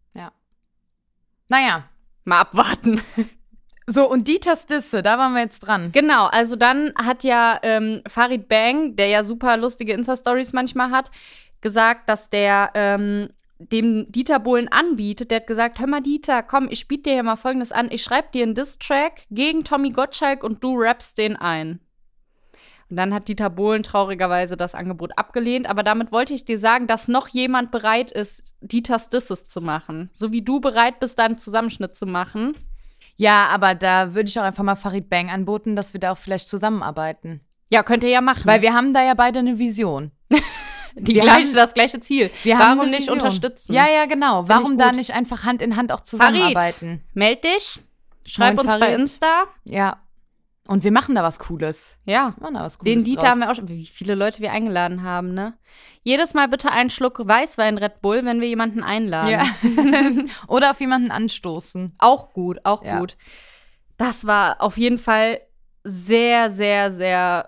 Naja. Mal abwarten. So, und Dieters Disse, da waren wir jetzt dran. Genau, also dann hat ja ähm, Farid Bang, der ja super lustige Insta-Stories manchmal hat, gesagt, dass der ähm, dem Dieter Bohlen anbietet. Der hat gesagt, hör mal Dieter, komm, ich biete dir hier mal Folgendes an. Ich schreibe dir einen Diss-Track gegen Tommy Gottschalk und du rappst den ein. Und dann hat Dieter Bohlen traurigerweise das Angebot abgelehnt. Aber damit wollte ich dir sagen, dass noch jemand bereit ist, Dieters Disses zu machen. So wie du bereit bist, da einen Zusammenschnitt zu machen. Ja, aber da würde ich auch einfach mal Farid Bang anboten, dass wir da auch vielleicht zusammenarbeiten. Ja, könnt ihr ja machen. Weil wir haben da ja beide eine Vision. Die wir gleiche, haben- das gleiche Ziel. Wir Warum haben eine nicht Vision. unterstützen? Ja, ja, genau. ich Warum da gut. nicht einfach Hand in Hand auch zusammenarbeiten? Meld dich. Schreib Moin, uns bei Farid. Insta. Ja. Und wir machen da was Cooles. Ja. Wir machen da was Cooles Den Dieter draus. haben wir auch schon. Wie viele Leute wir eingeladen haben, ne? Jedes Mal bitte einen Schluck Weißwein Red Bull, wenn wir jemanden einladen. Ja. Oder auf jemanden anstoßen. Auch gut, auch Ja. gut. Das war auf jeden Fall sehr, sehr, sehr.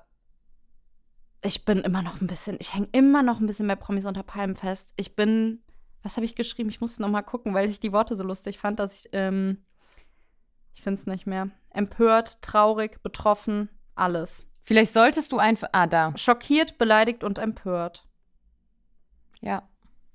Ich bin immer noch ein bisschen, ich hänge immer noch ein bisschen bei Promis unter Palmen fest. Ich bin, was habe ich geschrieben? Ich musste noch mal gucken, weil ich die Worte so lustig fand, dass ich, ähm, ich finde es nicht mehr. Empört, traurig, betroffen, alles. Vielleicht solltest du einfach. Ah, da. Schockiert, beleidigt und empört. Ja.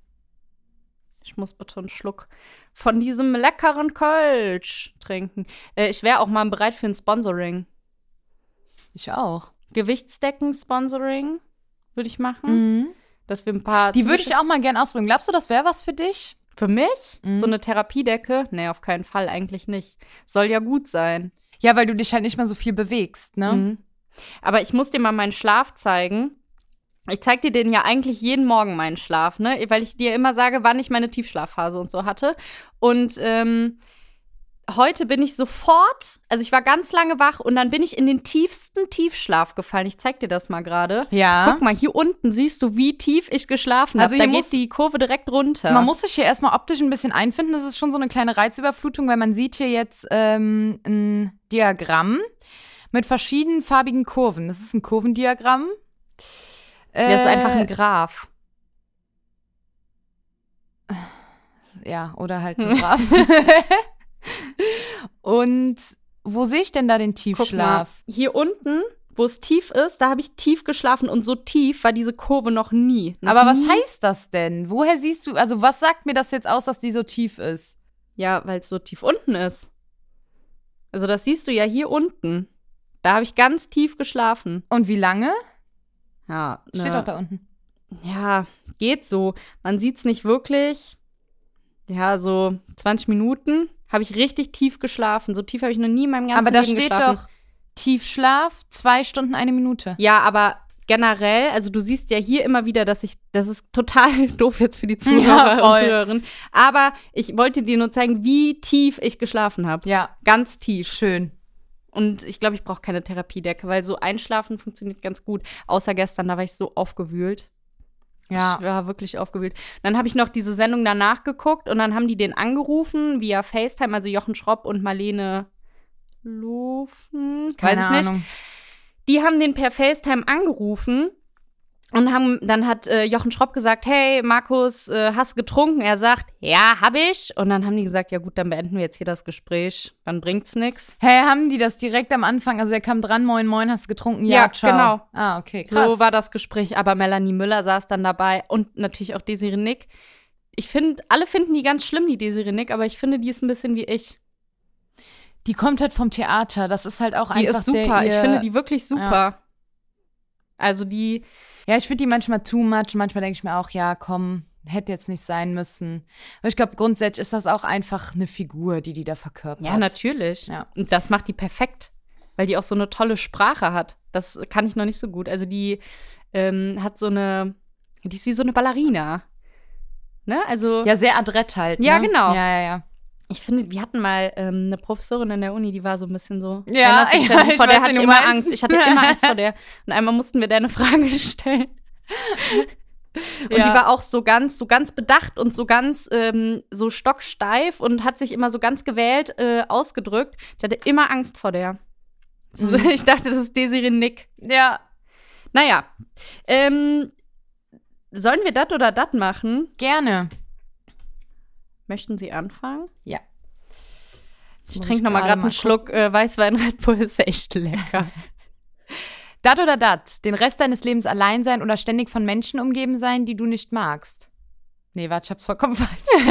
Ich muss bitte einen Schluck von diesem leckeren Kölsch trinken. Äh, ich wäre auch mal bereit für ein Sponsoring. Ich auch. Gewichtsdecken-Sponsoring würde ich machen. Mhm. Dass wir ein paar. Die würde ich Zugesch- auch mal gern ausprobieren. Glaubst du, das wäre was für dich? Für mich? Mhm. So eine Therapiedecke? Nee, auf keinen Fall, eigentlich nicht. Soll ja gut sein. Ja, weil du dich halt nicht mehr so viel bewegst, ne? Mhm. Aber ich muss dir mal meinen Schlaf zeigen. Ich zeig dir den ja eigentlich jeden Morgen, meinen Schlaf, ne? Weil ich dir immer sage, wann ich meine Tiefschlafphase und so hatte. Und ähm, heute bin ich sofort, also ich war ganz lange wach und dann bin ich in den tiefsten Tiefschlaf gefallen. Ich zeig dir das mal gerade. Ja. Guck mal, hier unten siehst du, wie tief ich geschlafen Also habe. Da hier geht muss- die Kurve direkt runter. Man muss sich hier erstmal optisch ein bisschen einfinden. Das ist schon so eine kleine Reizüberflutung, weil man sieht hier jetzt ähm, ein Diagramm mit verschiedenfarbigen Kurven. Das ist ein Kurvendiagramm. Äh, Das ist einfach ein Graph. Ja, oder halt ein Graph. Und wo sehe ich denn da den Guck mal, Tiefschlaf? hier unten, wo es tief ist, da habe ich tief geschlafen und so tief war diese Kurve noch nie. Noch Aber was nie. heißt das denn? Woher siehst du, also was sagt mir das jetzt aus, dass die so tief ist? Ja, weil es so tief unten ist. Also das siehst du ja hier unten. Da habe ich ganz tief geschlafen. Und wie lange? Ja, Steht ne, doch da unten. ja, geht so. Man sieht es nicht wirklich. Ja, so zwanzig Minuten habe ich richtig tief geschlafen. So tief habe ich noch nie in meinem ganzen Aber da Leben steht geschlafen. doch Tiefschlaf, zwei Stunden, eine Minute. Ja, aber generell, also du siehst ja hier immer wieder, dass ich, das ist total doof jetzt für die Zuhörer Ja, voll. und Zuhörerinnen, aber ich wollte dir nur zeigen, wie tief ich geschlafen habe. Ja, Ganz tief. schön. Und ich glaube, ich brauche keine Therapiedecke, weil so Einschlafen funktioniert ganz gut. Außer gestern, da war ich so aufgewühlt. Ja. Ich war wirklich aufgewühlt. Dann habe ich noch diese Sendung danach geguckt und dann haben die den angerufen via FaceTime, also Jochen Schropp und Marlene Lofen, Keine weiß ich nicht. Ahnung. Die haben den per FaceTime angerufen und haben, dann hat äh, Jochen Schropp gesagt, hey, Markus, äh, hast getrunken? Er sagt, ja, hab ich. Und dann haben die gesagt, ja gut, dann beenden wir jetzt hier das Gespräch, dann bringt's nix. Hä, haben die das direkt am Anfang, also er kam dran, moin, moin, hast du getrunken? Ja, Ja, ciao. genau. Ah, okay, krass. So war das Gespräch, aber Melanie Müller saß dann dabei und natürlich auch Desiree Nick. Ich finde, alle finden die ganz schlimm, die Desiree Nick, aber ich finde, die ist ein bisschen wie ich. Die kommt halt vom Theater, das ist halt auch Die einfach ist super, der, ich ihr- finde die wirklich super. Also die, Ja, ich finde die manchmal too much. Manchmal denke ich mir auch, ja, komm, hätte jetzt nicht sein müssen. Aber ich glaube, grundsätzlich ist das auch einfach eine Figur, die die da verkörpert. ja, natürlich. Ja. Und das macht die perfekt, weil die auch so eine tolle Sprache hat. Das kann ich noch nicht so gut. Also die ähm, hat so eine Die ist wie so eine Ballerina. Ne? Also, Ja, sehr adrett halt. Ja, ne? genau. Ja, ja, ja. ich finde, wir hatten mal ähm, eine Professorin in der Uni, die war so ein bisschen so. Ja, Erinnerst du dich, ja, Jenny? ich vor weiß, der wen hatte ich du immer meinst. Angst. Ich hatte immer Angst vor der. Und einmal mussten wir der eine Frage stellen. Und Ja. die war auch so ganz, so ganz bedacht und so ganz ähm, so stocksteif und hat sich immer so ganz gewählt äh, ausgedrückt. Ich hatte immer Angst vor der. So, Mhm. Ich dachte, das ist Desiree Nick. Ja, Naja. Ähm, sollen wir das oder das machen? gerne. Möchten Sie anfangen? Ja. Ich Muss trinke noch mal gerade gerade einen Schluck äh, Weißwein Red Bull. Ist echt lecker. Dat oder dat? Den Rest deines Lebens allein sein oder ständig von Menschen umgeben sein, die du nicht magst? Nee, warte, ich hab's vollkommen falsch.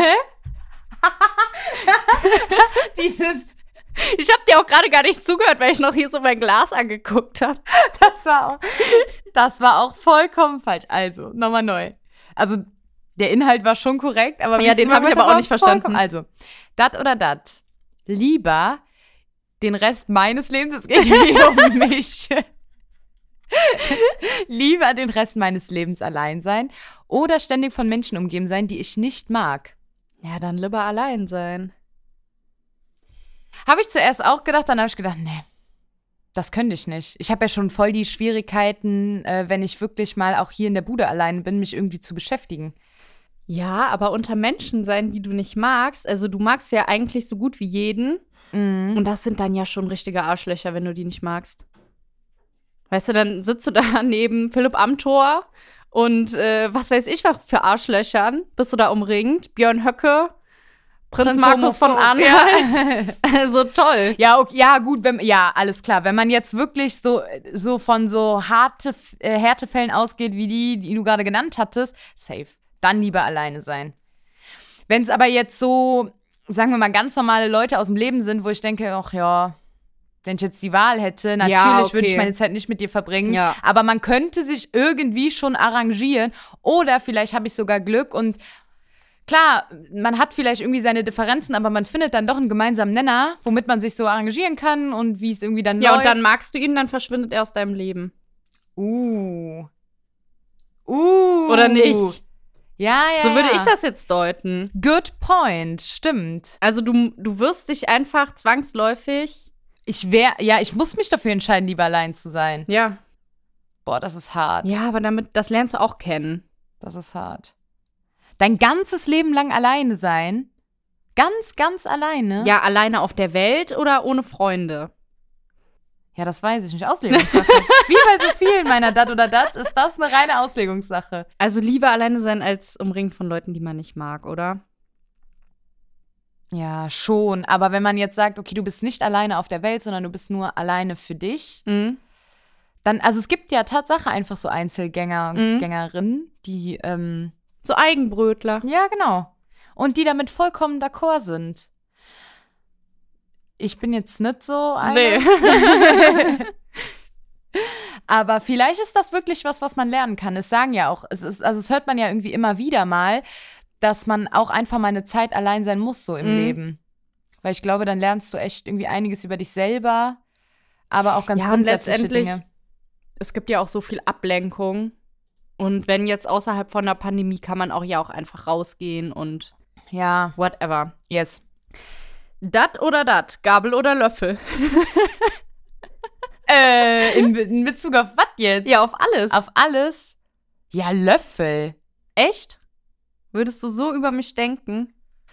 Dieses, Ich habe dir auch gerade gar nicht zugehört, weil ich noch hier so mein Glas angeguckt habe. das war auch, das war auch vollkommen falsch. Also, nochmal neu. Also, der Inhalt war schon korrekt, aber Ja, wie den es hab ich immer aber auch war, nicht verstanden. vollkommen- Also, dat oder dat? Lieber den Rest meines Lebens, es geht hier um mich. Lieber den Rest meines Lebens allein sein oder ständig von Menschen umgeben sein, die ich nicht mag. Ja, dann lieber allein sein. Habe ich zuerst auch gedacht, dann habe ich gedacht, nee, das könnte ich nicht. Ich habe ja schon voll die Schwierigkeiten, äh, wenn ich wirklich mal auch hier in der Bude alleine bin, mich irgendwie zu beschäftigen. Ja, aber unter Menschen sein, die du nicht magst, also du magst ja eigentlich so gut wie jeden. Mhm. Und das sind dann ja schon richtige Arschlöcher, wenn du die nicht magst. Weißt du, dann sitzt du da neben Philipp Amthor und äh, was weiß ich was für Arschlöchern. Bist du da umringt? Björn Höcke, Prinz, Prinz Markus von Homophob, Anhalt. ja. Also toll. Ja, okay, ja, gut, wenn, ja, alles klar. Wenn man jetzt wirklich so, so von so harte äh, Härtefällen ausgeht, wie die, die du gerade genannt hattest, safe. Dann lieber alleine sein. Wenn es aber jetzt so, sagen wir mal, ganz normale Leute aus dem Leben sind, wo ich denke, ach ja, wenn ich jetzt die Wahl hätte, natürlich Ja, okay. würde ich meine Zeit nicht mit dir verbringen. Ja. Aber man könnte sich irgendwie schon arrangieren. Oder vielleicht habe ich sogar Glück und klar, man hat vielleicht irgendwie seine Differenzen, aber man findet dann doch einen gemeinsamen Nenner, womit man sich so arrangieren kann und wie es irgendwie dann Ja, läuft. und dann magst du ihn, dann verschwindet er aus deinem Leben. Uh. Uh. Oder nicht? Ja, ja, So würde ja. ich das jetzt deuten. Good point, stimmt. Also du, du wirst dich einfach zwangsläufig. Ich wär, ja, ich muss mich dafür entscheiden, lieber allein zu sein. Ja. Boah, das ist hart. Ja, aber damit, das lernst du auch kennen. Das ist hart. Dein ganzes Leben lang alleine sein? Ganz, ganz alleine? Ja, alleine auf der Welt oder ohne Freunde? Ja, das weiß ich nicht. Auslegungssache. Wie bei so vielen meiner Dat oder Dat ist das eine reine Auslegungssache. Also lieber alleine sein als umringt von Leuten, die man nicht mag, oder? Ja, schon. Aber wenn man jetzt sagt, okay, du bist nicht alleine auf der Welt, sondern du bist nur alleine für dich, Mhm. dann, also es gibt ja Tatsache einfach so Einzelgänger und Mhm. Gängerinnen, die, ähm, So Eigenbrötler. ja, genau. Und die damit vollkommen d'accord sind. Ich bin jetzt nicht so eine. Nee. Aber vielleicht ist das wirklich was, was man lernen kann. Es sagen ja auch, es ist, also es hört man ja irgendwie immer wieder mal, dass man auch einfach mal eine Zeit allein sein muss, so im Mhm. Leben. Weil ich glaube, dann lernst du echt irgendwie einiges über dich selber, aber auch ganz Ja, und grundsätzliche letztendlich, Dinge. es gibt ja auch so viel Ablenkung. Und wenn jetzt außerhalb von der Pandemie kann man auch ja auch einfach rausgehen und Ja, whatever. yes. Dat oder dat? Gabel oder Löffel? Äh, in, in Bezug auf was jetzt? Ja, auf alles. Auf alles? Ja, Löffel. Echt? Würdest du so über mich denken?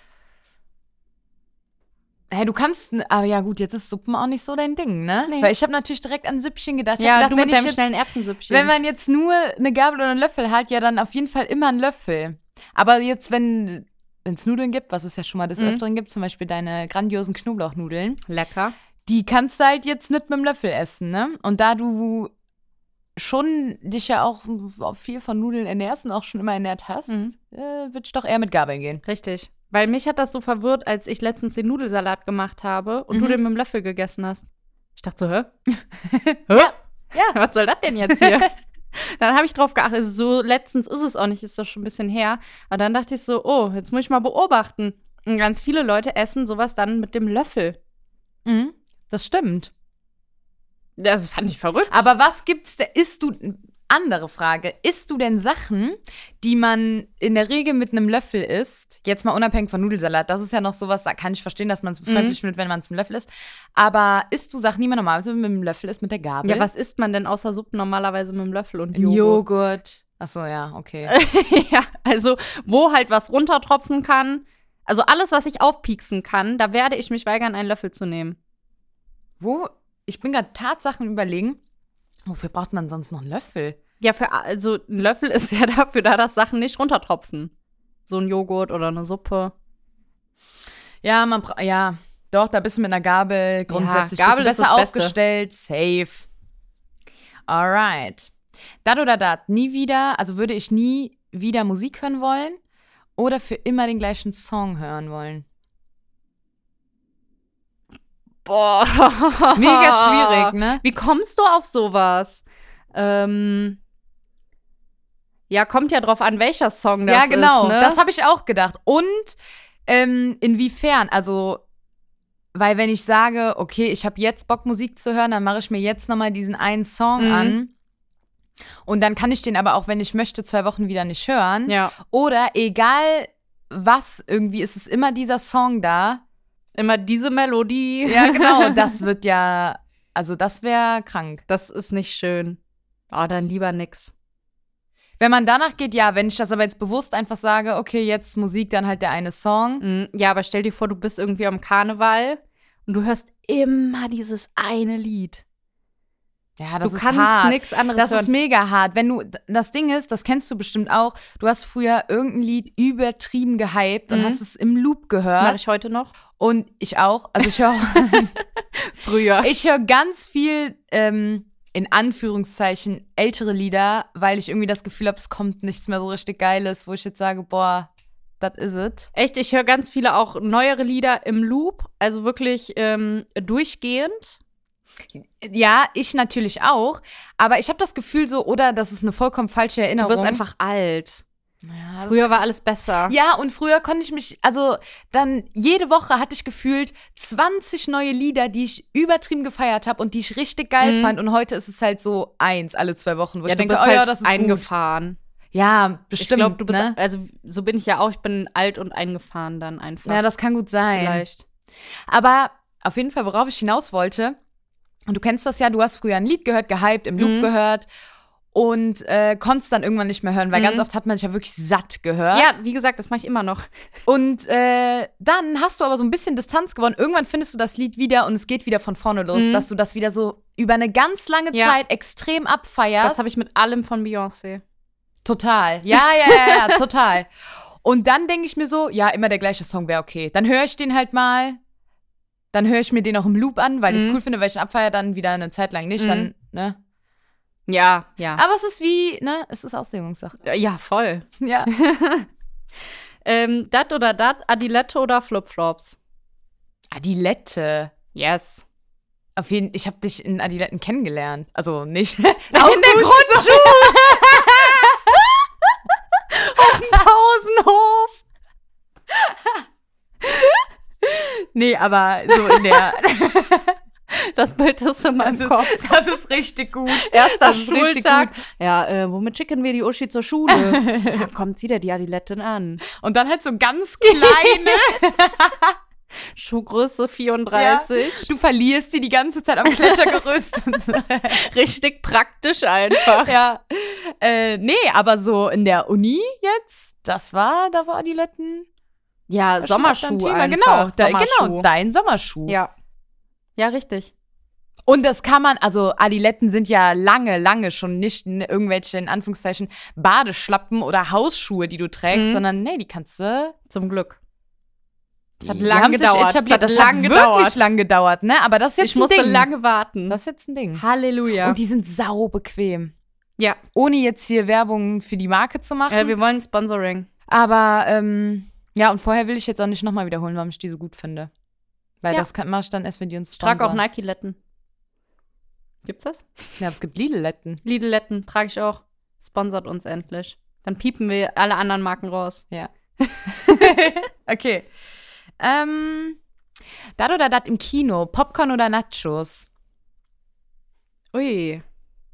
Hä, du kannst, aber ja gut, jetzt ist Suppen auch nicht so dein Ding, ne? Nee. Weil ich habe natürlich direkt an Süppchen gedacht. Ich Ja, hab gedacht, du wenn mit ich deinem jetzt, schnellen Erbsensüppchen. Wenn man jetzt nur eine Gabel oder einen Löffel hat, ja dann auf jeden Fall immer einen Löffel. Aber jetzt, wenn es Nudeln gibt, was es ja schon mal des Mhm. Öfteren gibt, zum Beispiel deine grandiosen Knoblauchnudeln, Lecker. die kannst du halt jetzt nicht mit dem Löffel essen, ne? Und da du schon dich ja auch viel von Nudeln ernährst und auch schon immer ernährt hast, Mhm. äh, würde ich doch eher mit Gabeln gehen. Richtig. Weil mich hat das so verwirrt, als ich letztens den Nudelsalat gemacht habe und Mhm. du den mit dem Löffel gegessen hast. Ich dachte so, hä? hä? Ja. Was soll das denn jetzt hier? Dann habe ich drauf geachtet. So letztens ist es auch nicht, ist das schon ein bisschen her. Aber dann dachte ich so, oh, jetzt muss ich mal beobachten. Und ganz viele Leute essen sowas dann mit dem Löffel. Mhm. Das stimmt. Das fand ich verrückt. Aber was gibt's da? Isst du. Andere Frage. Isst du denn Sachen, die man in der Regel mit einem Löffel isst? Jetzt mal unabhängig von Nudelsalat. Das ist ja noch sowas, da kann ich verstehen, dass man es befremdlich findet, wenn man es mit einem Löffel isst. Aber isst du Sachen, die man normalerweise mit einem Löffel isst, mit der Gabel? Ja, was isst man denn außer Suppen normalerweise mit einem Löffel und Joghurt? Joghurt? Joghurt. Achso, ja, okay. Ja, also wo halt was runtertropfen kann. Also alles, was ich aufpieksen kann, da werde ich mich weigern, einen Löffel zu nehmen. Wo? Ich bin gerade Tatsachen überlegen. Wofür braucht man sonst noch einen Löffel? Ja, für, also ein Löffel ist ja dafür da, dass Sachen nicht runtertropfen. So ein Joghurt oder eine Suppe. Ja, man bra- ja, doch, da bist du mit einer Gabel grundsätzlich Ja, Gabel bist du ist besser das Beste. aufgestellt. Safe. Alright. Dat oder dat, nie wieder, also würde ich nie wieder Musik hören wollen oder für immer den gleichen Song hören wollen? Boah. Mega schwierig, ne? Wie kommst du auf sowas? Ähm, ja, kommt ja drauf an, welcher Song das ja, genau, ist, ne? das habe ich auch gedacht. Und ähm, inwiefern, also, weil wenn ich sage, okay, ich habe jetzt Bock, Musik zu hören, dann mache ich mir jetzt nochmal diesen einen Song Mhm. an und dann kann ich den aber auch, wenn ich möchte, zwei Wochen wieder nicht hören. Ja, Oder egal was, irgendwie ist es immer dieser Song da. immer diese Melodie. Ja, genau, das wird ja, also das wäre krank. Das ist nicht schön. Oh, dann lieber nix. Wenn man danach geht, ja, wenn ich das aber jetzt bewusst einfach sage, okay, jetzt Musik, dann halt der eine Song. Mhm. Ja, aber stell dir vor, du bist irgendwie am Karneval und du hörst immer dieses eine Lied. Ja, das du ist kannst hart. nichts anderes Das hören. ist mega hart. Wenn du, das Ding ist, das kennst du bestimmt auch, du hast früher irgendein Lied übertrieben gehypt und Mhm. hast es im Loop Mach gehört. ich heute noch? Und ich auch. Also ich höre Früher. ich höre ganz viel, ähm, in Anführungszeichen, ältere Lieder, weil ich irgendwie das Gefühl habe, es kommt nichts mehr so richtig Geiles, wo ich jetzt sage, boah, das is it. Echt, ich höre ganz viele auch neuere Lieder im Loop, also wirklich ähm, durchgehend. Ja, ich natürlich auch. Aber ich habe das Gefühl so, oder das ist eine vollkommen falsche Du Erinnerung. wirst einfach alt. Ja, das Früher war alles besser. Ja, und früher konnte ich mich, also dann jede Woche hatte ich gefühlt zwanzig neue Lieder, die ich übertrieben gefeiert habe und die ich richtig geil Mhm. fand. Und heute ist es halt so eins alle zwei Wochen, wo Ja, ich du denke, bist oh halt ja, das ist gut. eingefahren. Ja, bestimmt. Ich glaube, du bist, ne? also so bin ich ja auch, ich bin alt und eingefahren dann einfach. Ja, das kann gut sein. vielleicht. Aber auf jeden Fall, worauf ich hinaus wollte, und du kennst das ja, du hast früher ein Lied gehört, gehypt, im Loop Mhm. gehört und äh, konntest dann irgendwann nicht mehr hören, weil Mhm. ganz oft hat man sich ja wirklich satt gehört. Ja, wie gesagt, das mache ich immer noch. Und äh, dann hast du aber so ein bisschen Distanz gewonnen. Irgendwann findest du das Lied wieder und es geht wieder von vorne los, Mhm. dass du das wieder so über eine ganz lange Ja. Zeit extrem abfeierst. Das habe ich mit allem von Beyoncé. Total. Ja, ja, ja, ja, total. Und dann denke ich mir so, ja, immer der gleiche Song wäre okay. Dann höre ich den halt mal. Dann höre ich mir den auch im Loop an, weil ich es Mhm. cool finde, weil ich ihn abfeiere, dann wieder eine Zeit lang nicht. Mhm. Dann, ne? Ja, ja. Aber es ist wie, ne, es ist Auslegungssache. Ja, voll. Ja. Ähm, dat oder dat, Adilette oder Flipflops? Adilette. Yes. Auf jeden ich habe dich in Adiletten kennengelernt. Also nicht. In der Grundschule. Auf dem Pausenhof. Nee, aber so in der. Das Bild ist in meinem Kopf. Das ist richtig gut. Erster Das ist richtig Schultag. Ja, äh, womit schicken wir die Uschi zur Schule? Ja, kommt sie der die Adilettin an. Und dann halt so ganz kleine. Schuhgröße vierunddreißig. Du verlierst sie die ganze Zeit am Klettergerüst. Und so. Richtig praktisch einfach. Ja. Äh, nee, aber so in der Uni jetzt, das war, da war Adiletten. Ja, das war schon Sommerschuh Thema. einfach. Genau, da, Sommerschuh. genau, dein Sommerschuh. Ja. Ja, richtig. Und das kann man, also Adiletten sind ja lange, lange schon nicht in irgendwelche, in Anführungszeichen, Badeschlappen oder Hausschuhe, die du trägst, Mhm. sondern nee, die kannst du. Zum Glück. Es hat Die lang haben sich gedauert. etabliert. Es hat das lang hat gedauert. wirklich lang gedauert, ne? Aber das ist jetzt Ich ein musste Ding. lange warten. Das ist jetzt ein Ding. Halleluja. Und die sind sau bequem. ja, Ohne jetzt hier Werbung für die Marke zu machen. äh, wir wollen Sponsoring. Aber, ähm, ja, und vorher will ich jetzt auch nicht nochmal wiederholen, warum ich die so gut finde. Weil Ja. das kann, mach ich dann erst, wenn die uns Ich trage auch sponsern. Nike-Letten. Gibt's das? Ja, aber es gibt Lidl-Letten. Lidl-Letten trage ich auch. Sponsert uns endlich. Dann piepen wir alle anderen Marken raus. Ja. Okay. Ähm, dat oder dat im Kino? Popcorn oder Nachos? Ui.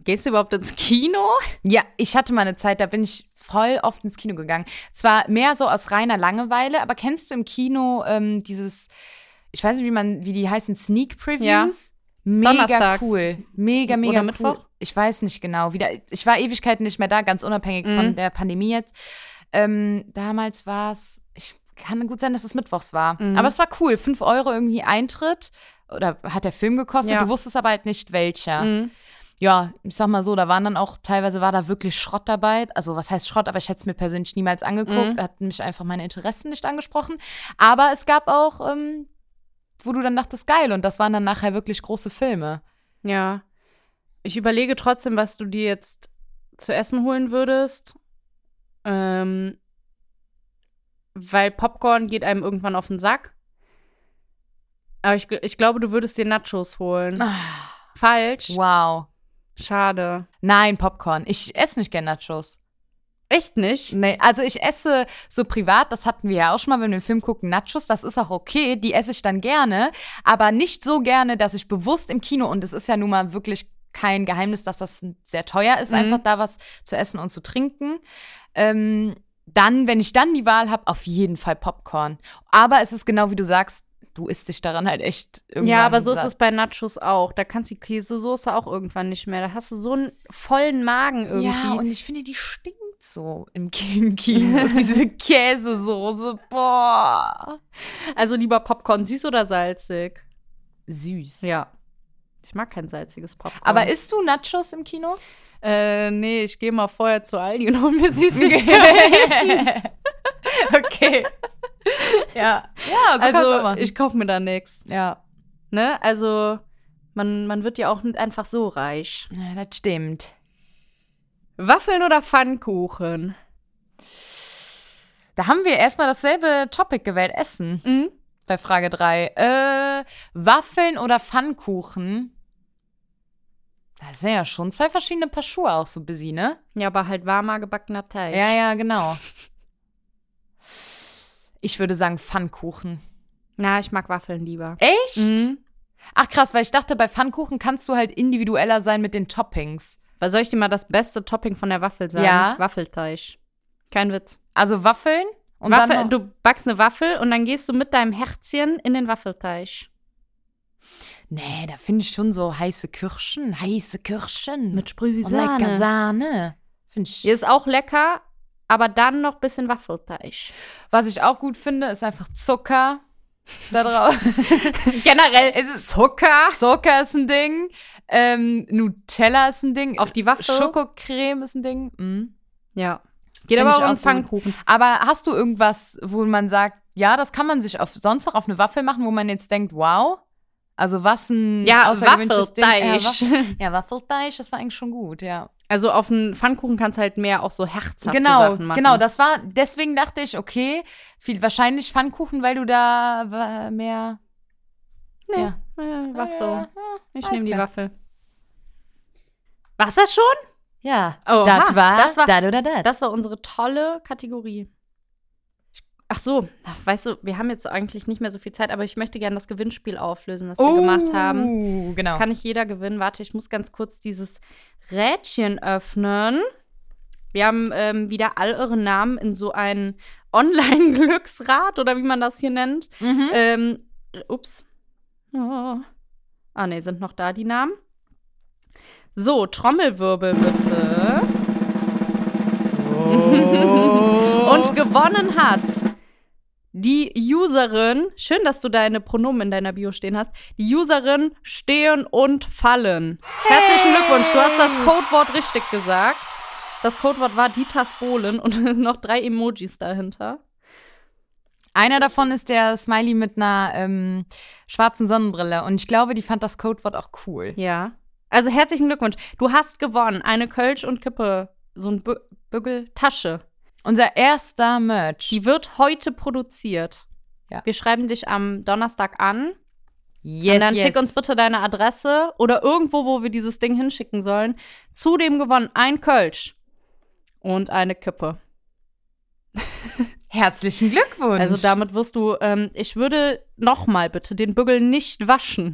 Gehst du überhaupt ins Kino? Ja, ich hatte mal eine Zeit, da bin ich voll oft ins Kino gegangen. Zwar mehr so aus reiner Langeweile, aber kennst du im Kino ähm, dieses, ich weiß nicht, wie man, wie die heißen, Sneak Previews? Ja. Mega Donnerstags. cool. Mega, mega Oder cool. Mittwoch? Ich weiß nicht genau. Wieder, ich war Ewigkeiten nicht mehr da, ganz unabhängig Mhm. von der Pandemie jetzt. Ähm, damals war es, ich kann gut sein, dass es mittwochs war. Mhm. Aber es war cool. Fünf Euro irgendwie Eintritt. Oder hat der Film gekostet. Ja. Du wusstest aber halt nicht, welcher. Mhm. Ja, ich sag mal so, da waren dann auch, teilweise war da wirklich Schrott dabei. Also was heißt Schrott, aber ich hätte es mir persönlich niemals angeguckt. Mhm. Hat mich einfach meine Interessen nicht angesprochen. Aber es gab auch, ähm, wo du dann dachtest, geil. Und das waren dann nachher wirklich große Filme. Ja. Ich überlege trotzdem, was du dir jetzt zu essen holen würdest. Ähm, weil Popcorn geht einem irgendwann auf den Sack. Aber ich, ich glaube, du würdest dir Nachos holen. Falsch. Wow. Schade. Nein, Popcorn. Ich esse nicht gerne Nachos. Echt nicht? Nee, also ich esse so privat, das hatten wir ja auch schon mal, wenn wir einen Film gucken, Nachos, das ist auch okay, die esse ich dann gerne, aber nicht so gerne, dass ich bewusst im Kino, und es ist ja nun mal wirklich kein Geheimnis, dass das sehr teuer ist, Mhm. einfach da was zu essen und zu trinken. Ähm, dann, wenn ich dann die Wahl habe, auf jeden Fall Popcorn. Aber es ist genau wie du sagst, du isst dich daran halt echt irgendwann Ja, aber so ist satt. es bei Nachos auch. Da kannst du die Käsesoße auch irgendwann nicht mehr. Da hast du so einen vollen Magen irgendwie. Ja, und ich finde, die stinkt so im Kino. Diese Käsesoße, boah. Also lieber Popcorn, süß oder salzig? Süß. Ja. Ich mag kein salziges Popcorn. Aber isst du Nachos im Kino? Äh, nee, ich gehe mal vorher zu Aldi und hol mir Süßigkeiten. Okay. Ja. Ja, so kannst du auch Also, machen. ich kaufe mir da nichts. Ja. Ne? Also, man, man wird ja auch nicht einfach so reich. Ja, das stimmt. Waffeln oder Pfannkuchen? Da haben wir erstmal dasselbe Topic gewählt, Essen, Mhm. bei Frage drei. Äh, Waffeln oder Pfannkuchen? Das sind ja schon zwei verschiedene Paar Schuhe auch so busy, ne? Ja, aber halt warmer gebackener Teig. Ja, ja, genau. Ich würde sagen Pfannkuchen. Na, ich mag Waffeln lieber. Echt? Mhm. Ach krass, weil ich dachte, bei Pfannkuchen kannst du halt individueller sein mit den Toppings. Weil soll ich dir mal das beste Topping von der Waffel sagen? Ja. Waffelteig. Kein Witz. Also Waffeln und Waffel, dann noch, du backst eine Waffel und dann gehst du mit deinem Herzchen in den Waffelteig. Nee, da finde ich schon so heiße Kirschen, heiße Kirschen. Mit und Sprühsahne. lecker Sahne. Finde ich. Die ist auch lecker, aber dann noch ein bisschen Waffelteig. Was ich auch gut finde, ist einfach Zucker da drauf. Generell ist es Zucker. Zucker ist ein Ding. Ähm, Nutella ist ein Ding. Auf die Waffel. Schokocreme ist ein Ding. Mhm. Ja. Geht Find aber ich auch auch um gut. Pfannkuchen. Aber hast du irgendwas, wo man sagt, ja, das kann man sich auf, sonst noch auf eine Waffel machen, wo man jetzt denkt, wow? Also was ein Ja, außergewöhnliches Ding. Ja, Waffelteig. Waffel, ja, Waffelteig, das war eigentlich schon gut, ja. Also auf einen Pfannkuchen kannst du halt mehr auch so herzhafte Genau, Sachen machen. genau, das war, deswegen dachte ich, okay, viel, wahrscheinlich Pfannkuchen, weil du da wa- mehr, Nee, ja. äh, Waffel. Ja, Ich alles nehme die klar. Waffel. War's das schon? Ja, Oha, das war, das war- dat oder dat. Das war unsere tolle Kategorie. Ach so, ach, weißt du, wir haben jetzt eigentlich nicht mehr so viel Zeit, aber ich möchte gerne das Gewinnspiel auflösen, das wir gemacht haben. Uh, genau. Das kann nicht jeder gewinnen. Warte, ich muss ganz kurz dieses Rädchen öffnen. Wir haben ähm, wieder all eure Namen in so ein Online-Glücksrad oder wie man das hier nennt. Mhm. Ähm, ups. Oh. Ah, ne, sind noch da die Namen. So, Trommelwirbel bitte. Und gewonnen hat die Userin, schön, dass du deine Pronomen in deiner Bio stehen hast, die Userin Stehen und Fallen. Herzlichen Glückwunsch, du hast das Codewort richtig gesagt. Das Codewort war Dieters Bohlen und noch drei Emojis dahinter. Einer davon ist der Smiley mit einer ähm, schwarzen Sonnenbrille. Und ich glaube, die fand das Codewort auch cool. Ja. Also herzlichen Glückwunsch. Du hast gewonnen. Eine Kölsch und Kippe, so ein Bü- Bügeltasche. Unser erster Merch. Die wird heute produziert. Ja. Wir schreiben dich am Donnerstag an. yes, und dann yes. schick uns bitte deine Adresse oder irgendwo, wo wir dieses Ding hinschicken sollen. Zudem gewonnen ein Kölsch und eine Kippe. Herzlichen Glückwunsch. Also damit wirst du, ähm, ich würde noch mal bitte den Bügel nicht waschen.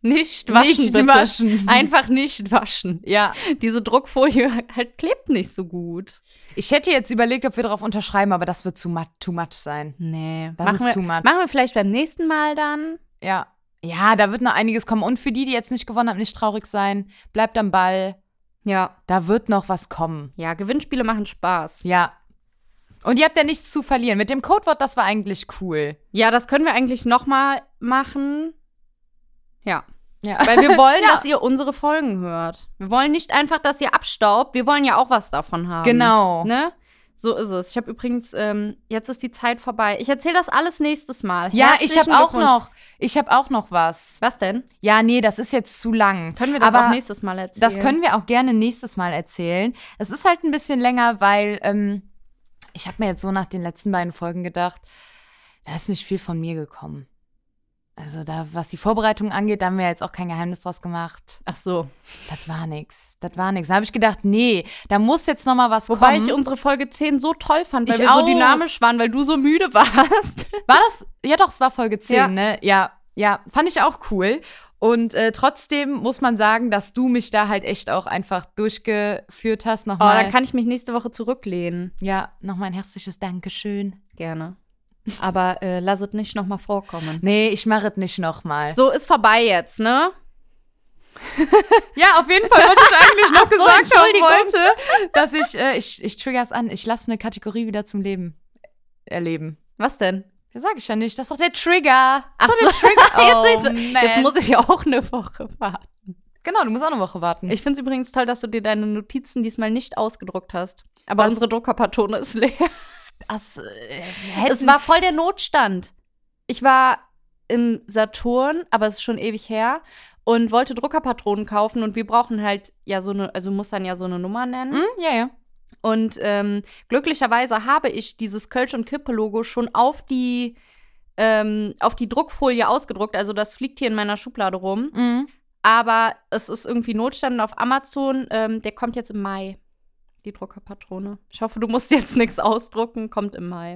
Nicht waschen, Nicht bitte. waschen. Einfach nicht waschen. Ja. Diese Druckfolie halt klebt nicht so gut. Ich hätte jetzt überlegt, ob wir darauf unterschreiben, aber das wird zu much, too much sein. Nee. Das machen ist wir, too much. Machen wir vielleicht beim nächsten Mal dann. Ja. Ja, da wird noch einiges kommen. Und für die, die jetzt nicht gewonnen haben, nicht traurig sein. Bleibt am Ball. Ja. Da wird noch was kommen. Ja, Gewinnspiele machen Spaß. Ja. Und ihr habt ja nichts zu verlieren. Mit dem Codewort, das war eigentlich cool. Ja, das können wir eigentlich noch mal machen. Ja. Ja. Weil wir wollen, Ja. dass ihr unsere Folgen hört. Wir wollen nicht einfach, dass ihr abstaubt. Wir wollen ja auch was davon haben. Genau. Ne? So ist es. Ich habe übrigens, ähm, jetzt ist die Zeit vorbei. Ich erzähle das alles nächstes Mal. Ja, ich Herzlichen habe auch Glückwunsch. noch. Ich habe auch noch was. Was denn? Ja, nee, das ist jetzt zu lang. Können wir das Aber auch nächstes Mal erzählen? Das können wir auch gerne nächstes Mal erzählen. Es ist halt ein bisschen länger, weil ähm, ich habe mir jetzt so nach den letzten beiden Folgen gedacht, da ist nicht viel von mir gekommen. Also da, was die Vorbereitung angeht, da haben wir jetzt auch kein Geheimnis draus gemacht. Ach so. Das war nix. Das war nix. Da habe ich gedacht, nee, da muss jetzt noch mal was Wobei kommen. ich unsere Folge zehn so toll fand, weil Ich wir so auch. dynamisch waren, weil du so müde warst. War das? Ja doch, es war Folge zehn, Ja. ne? Ja, ja, fand ich auch cool. Und äh, trotzdem muss man sagen, dass du mich da halt echt auch einfach durchgeführt hast. Oh, Nochmal. dann kann ich mich nächste Woche zurücklehnen. Ja, nochmal ein herzliches Dankeschön. Gerne. Aber äh, lass es nicht nochmal vorkommen. Nee, ich mache es nicht nochmal. So, ist vorbei jetzt, ne? Ja, auf jeden Fall, was ich eigentlich noch Ach so, gesagt haben Entschuldigung. wollte, dass ich, äh, ich, ich trigger's an, ich lasse eine Kategorie wieder zum Leben erleben. Was denn? Ja, sag ich ja nicht, das ist doch der Trigger. Ach Das ist so, doch der Trigger. jetzt, Oh, jetzt, man. jetzt muss ich ja auch eine Woche warten. Genau, du musst auch eine Woche warten. Ich finde es übrigens toll, dass du dir deine Notizen diesmal nicht ausgedruckt hast. Aber Was? unsere Druckerpatrone ist leer. das, äh, Es war voll der Notstand. Ich war im Saturn, aber es ist schon ewig her, und wollte Druckerpatronen kaufen. Und wir brauchen halt ja so eine, also muss dann ja so eine Nummer nennen. Hm? Ja, ja. Und ähm, glücklicherweise habe ich dieses Kölsch und Kippe-Logo schon auf die, ähm, auf die Druckfolie ausgedruckt. Also das fliegt hier in meiner Schublade rum. Mhm. Aber es ist irgendwie Notstand auf Amazon. Ähm, der kommt jetzt im Mai, die Druckerpatrone. Ich hoffe, du musst jetzt nichts ausdrucken. Kommt im Mai.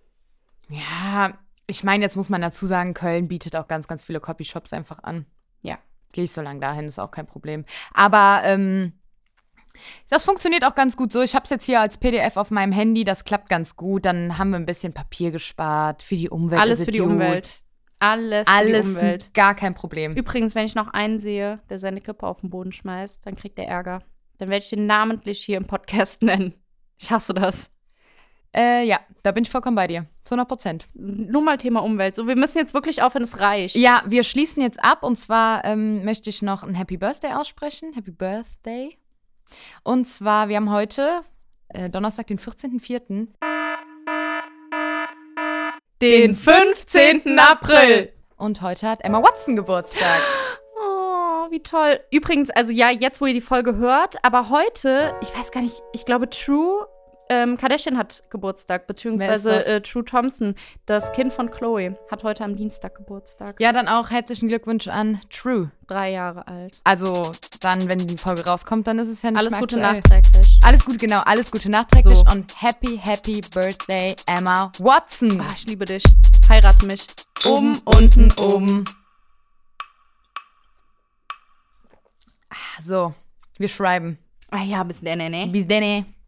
Ja, ich meine, jetzt muss man dazu sagen, Köln bietet auch ganz, ganz viele Copyshops einfach an. Ja. Gehe ich so lange dahin, ist auch kein Problem. Aber ähm, das funktioniert auch ganz gut so. Ich habe es jetzt hier als P D F auf meinem Handy, das klappt ganz gut. Dann haben wir ein bisschen Papier gespart. Für die Umwelt Alles ist für es die gut. Umwelt. Alles für Alles die Umwelt. gar kein Problem. Übrigens, wenn ich noch einen sehe, der seine Kippe auf den Boden schmeißt, dann kriegt er Ärger. Dann werde ich den namentlich hier im Podcast nennen. Ich hasse das. Äh, ja, da bin ich vollkommen bei dir. Zu hundert Prozent. Nur mal Thema Umwelt. So, wir müssen jetzt wirklich aufhören, es reicht. Ja, wir schließen jetzt ab. Und zwar ähm, möchte ich noch ein Happy Birthday aussprechen. Happy Birthday. Und zwar, wir haben heute, äh, Donnerstag, den vierzehnten vierten Den fünfzehnten April. Und heute hat Emma Watson Geburtstag. Oh, wie toll. Übrigens, also ja, jetzt, wo ihr die Folge hört, aber heute, ich weiß gar nicht, ich glaube, True ähm, Kardashian hat Geburtstag, beziehungsweise Wer ist das? äh, True Thompson, das Kind von Chloe, hat heute am Dienstag Geburtstag. Ja, dann auch herzlichen Glückwunsch an True. Drei Jahre alt. Also dann, wenn die Folge rauskommt, dann ist es ja nicht Alles mehr Gute aktuell. nachträglich. Alles Gute, genau. Alles Gute nachträglich. So. Und happy, happy Birthday, Emma Watson. Ah, ich liebe dich. Heirate mich. Um, unten, um. Ah, So, wir schreiben. Ah ja, bis dann, ne? Bis dann.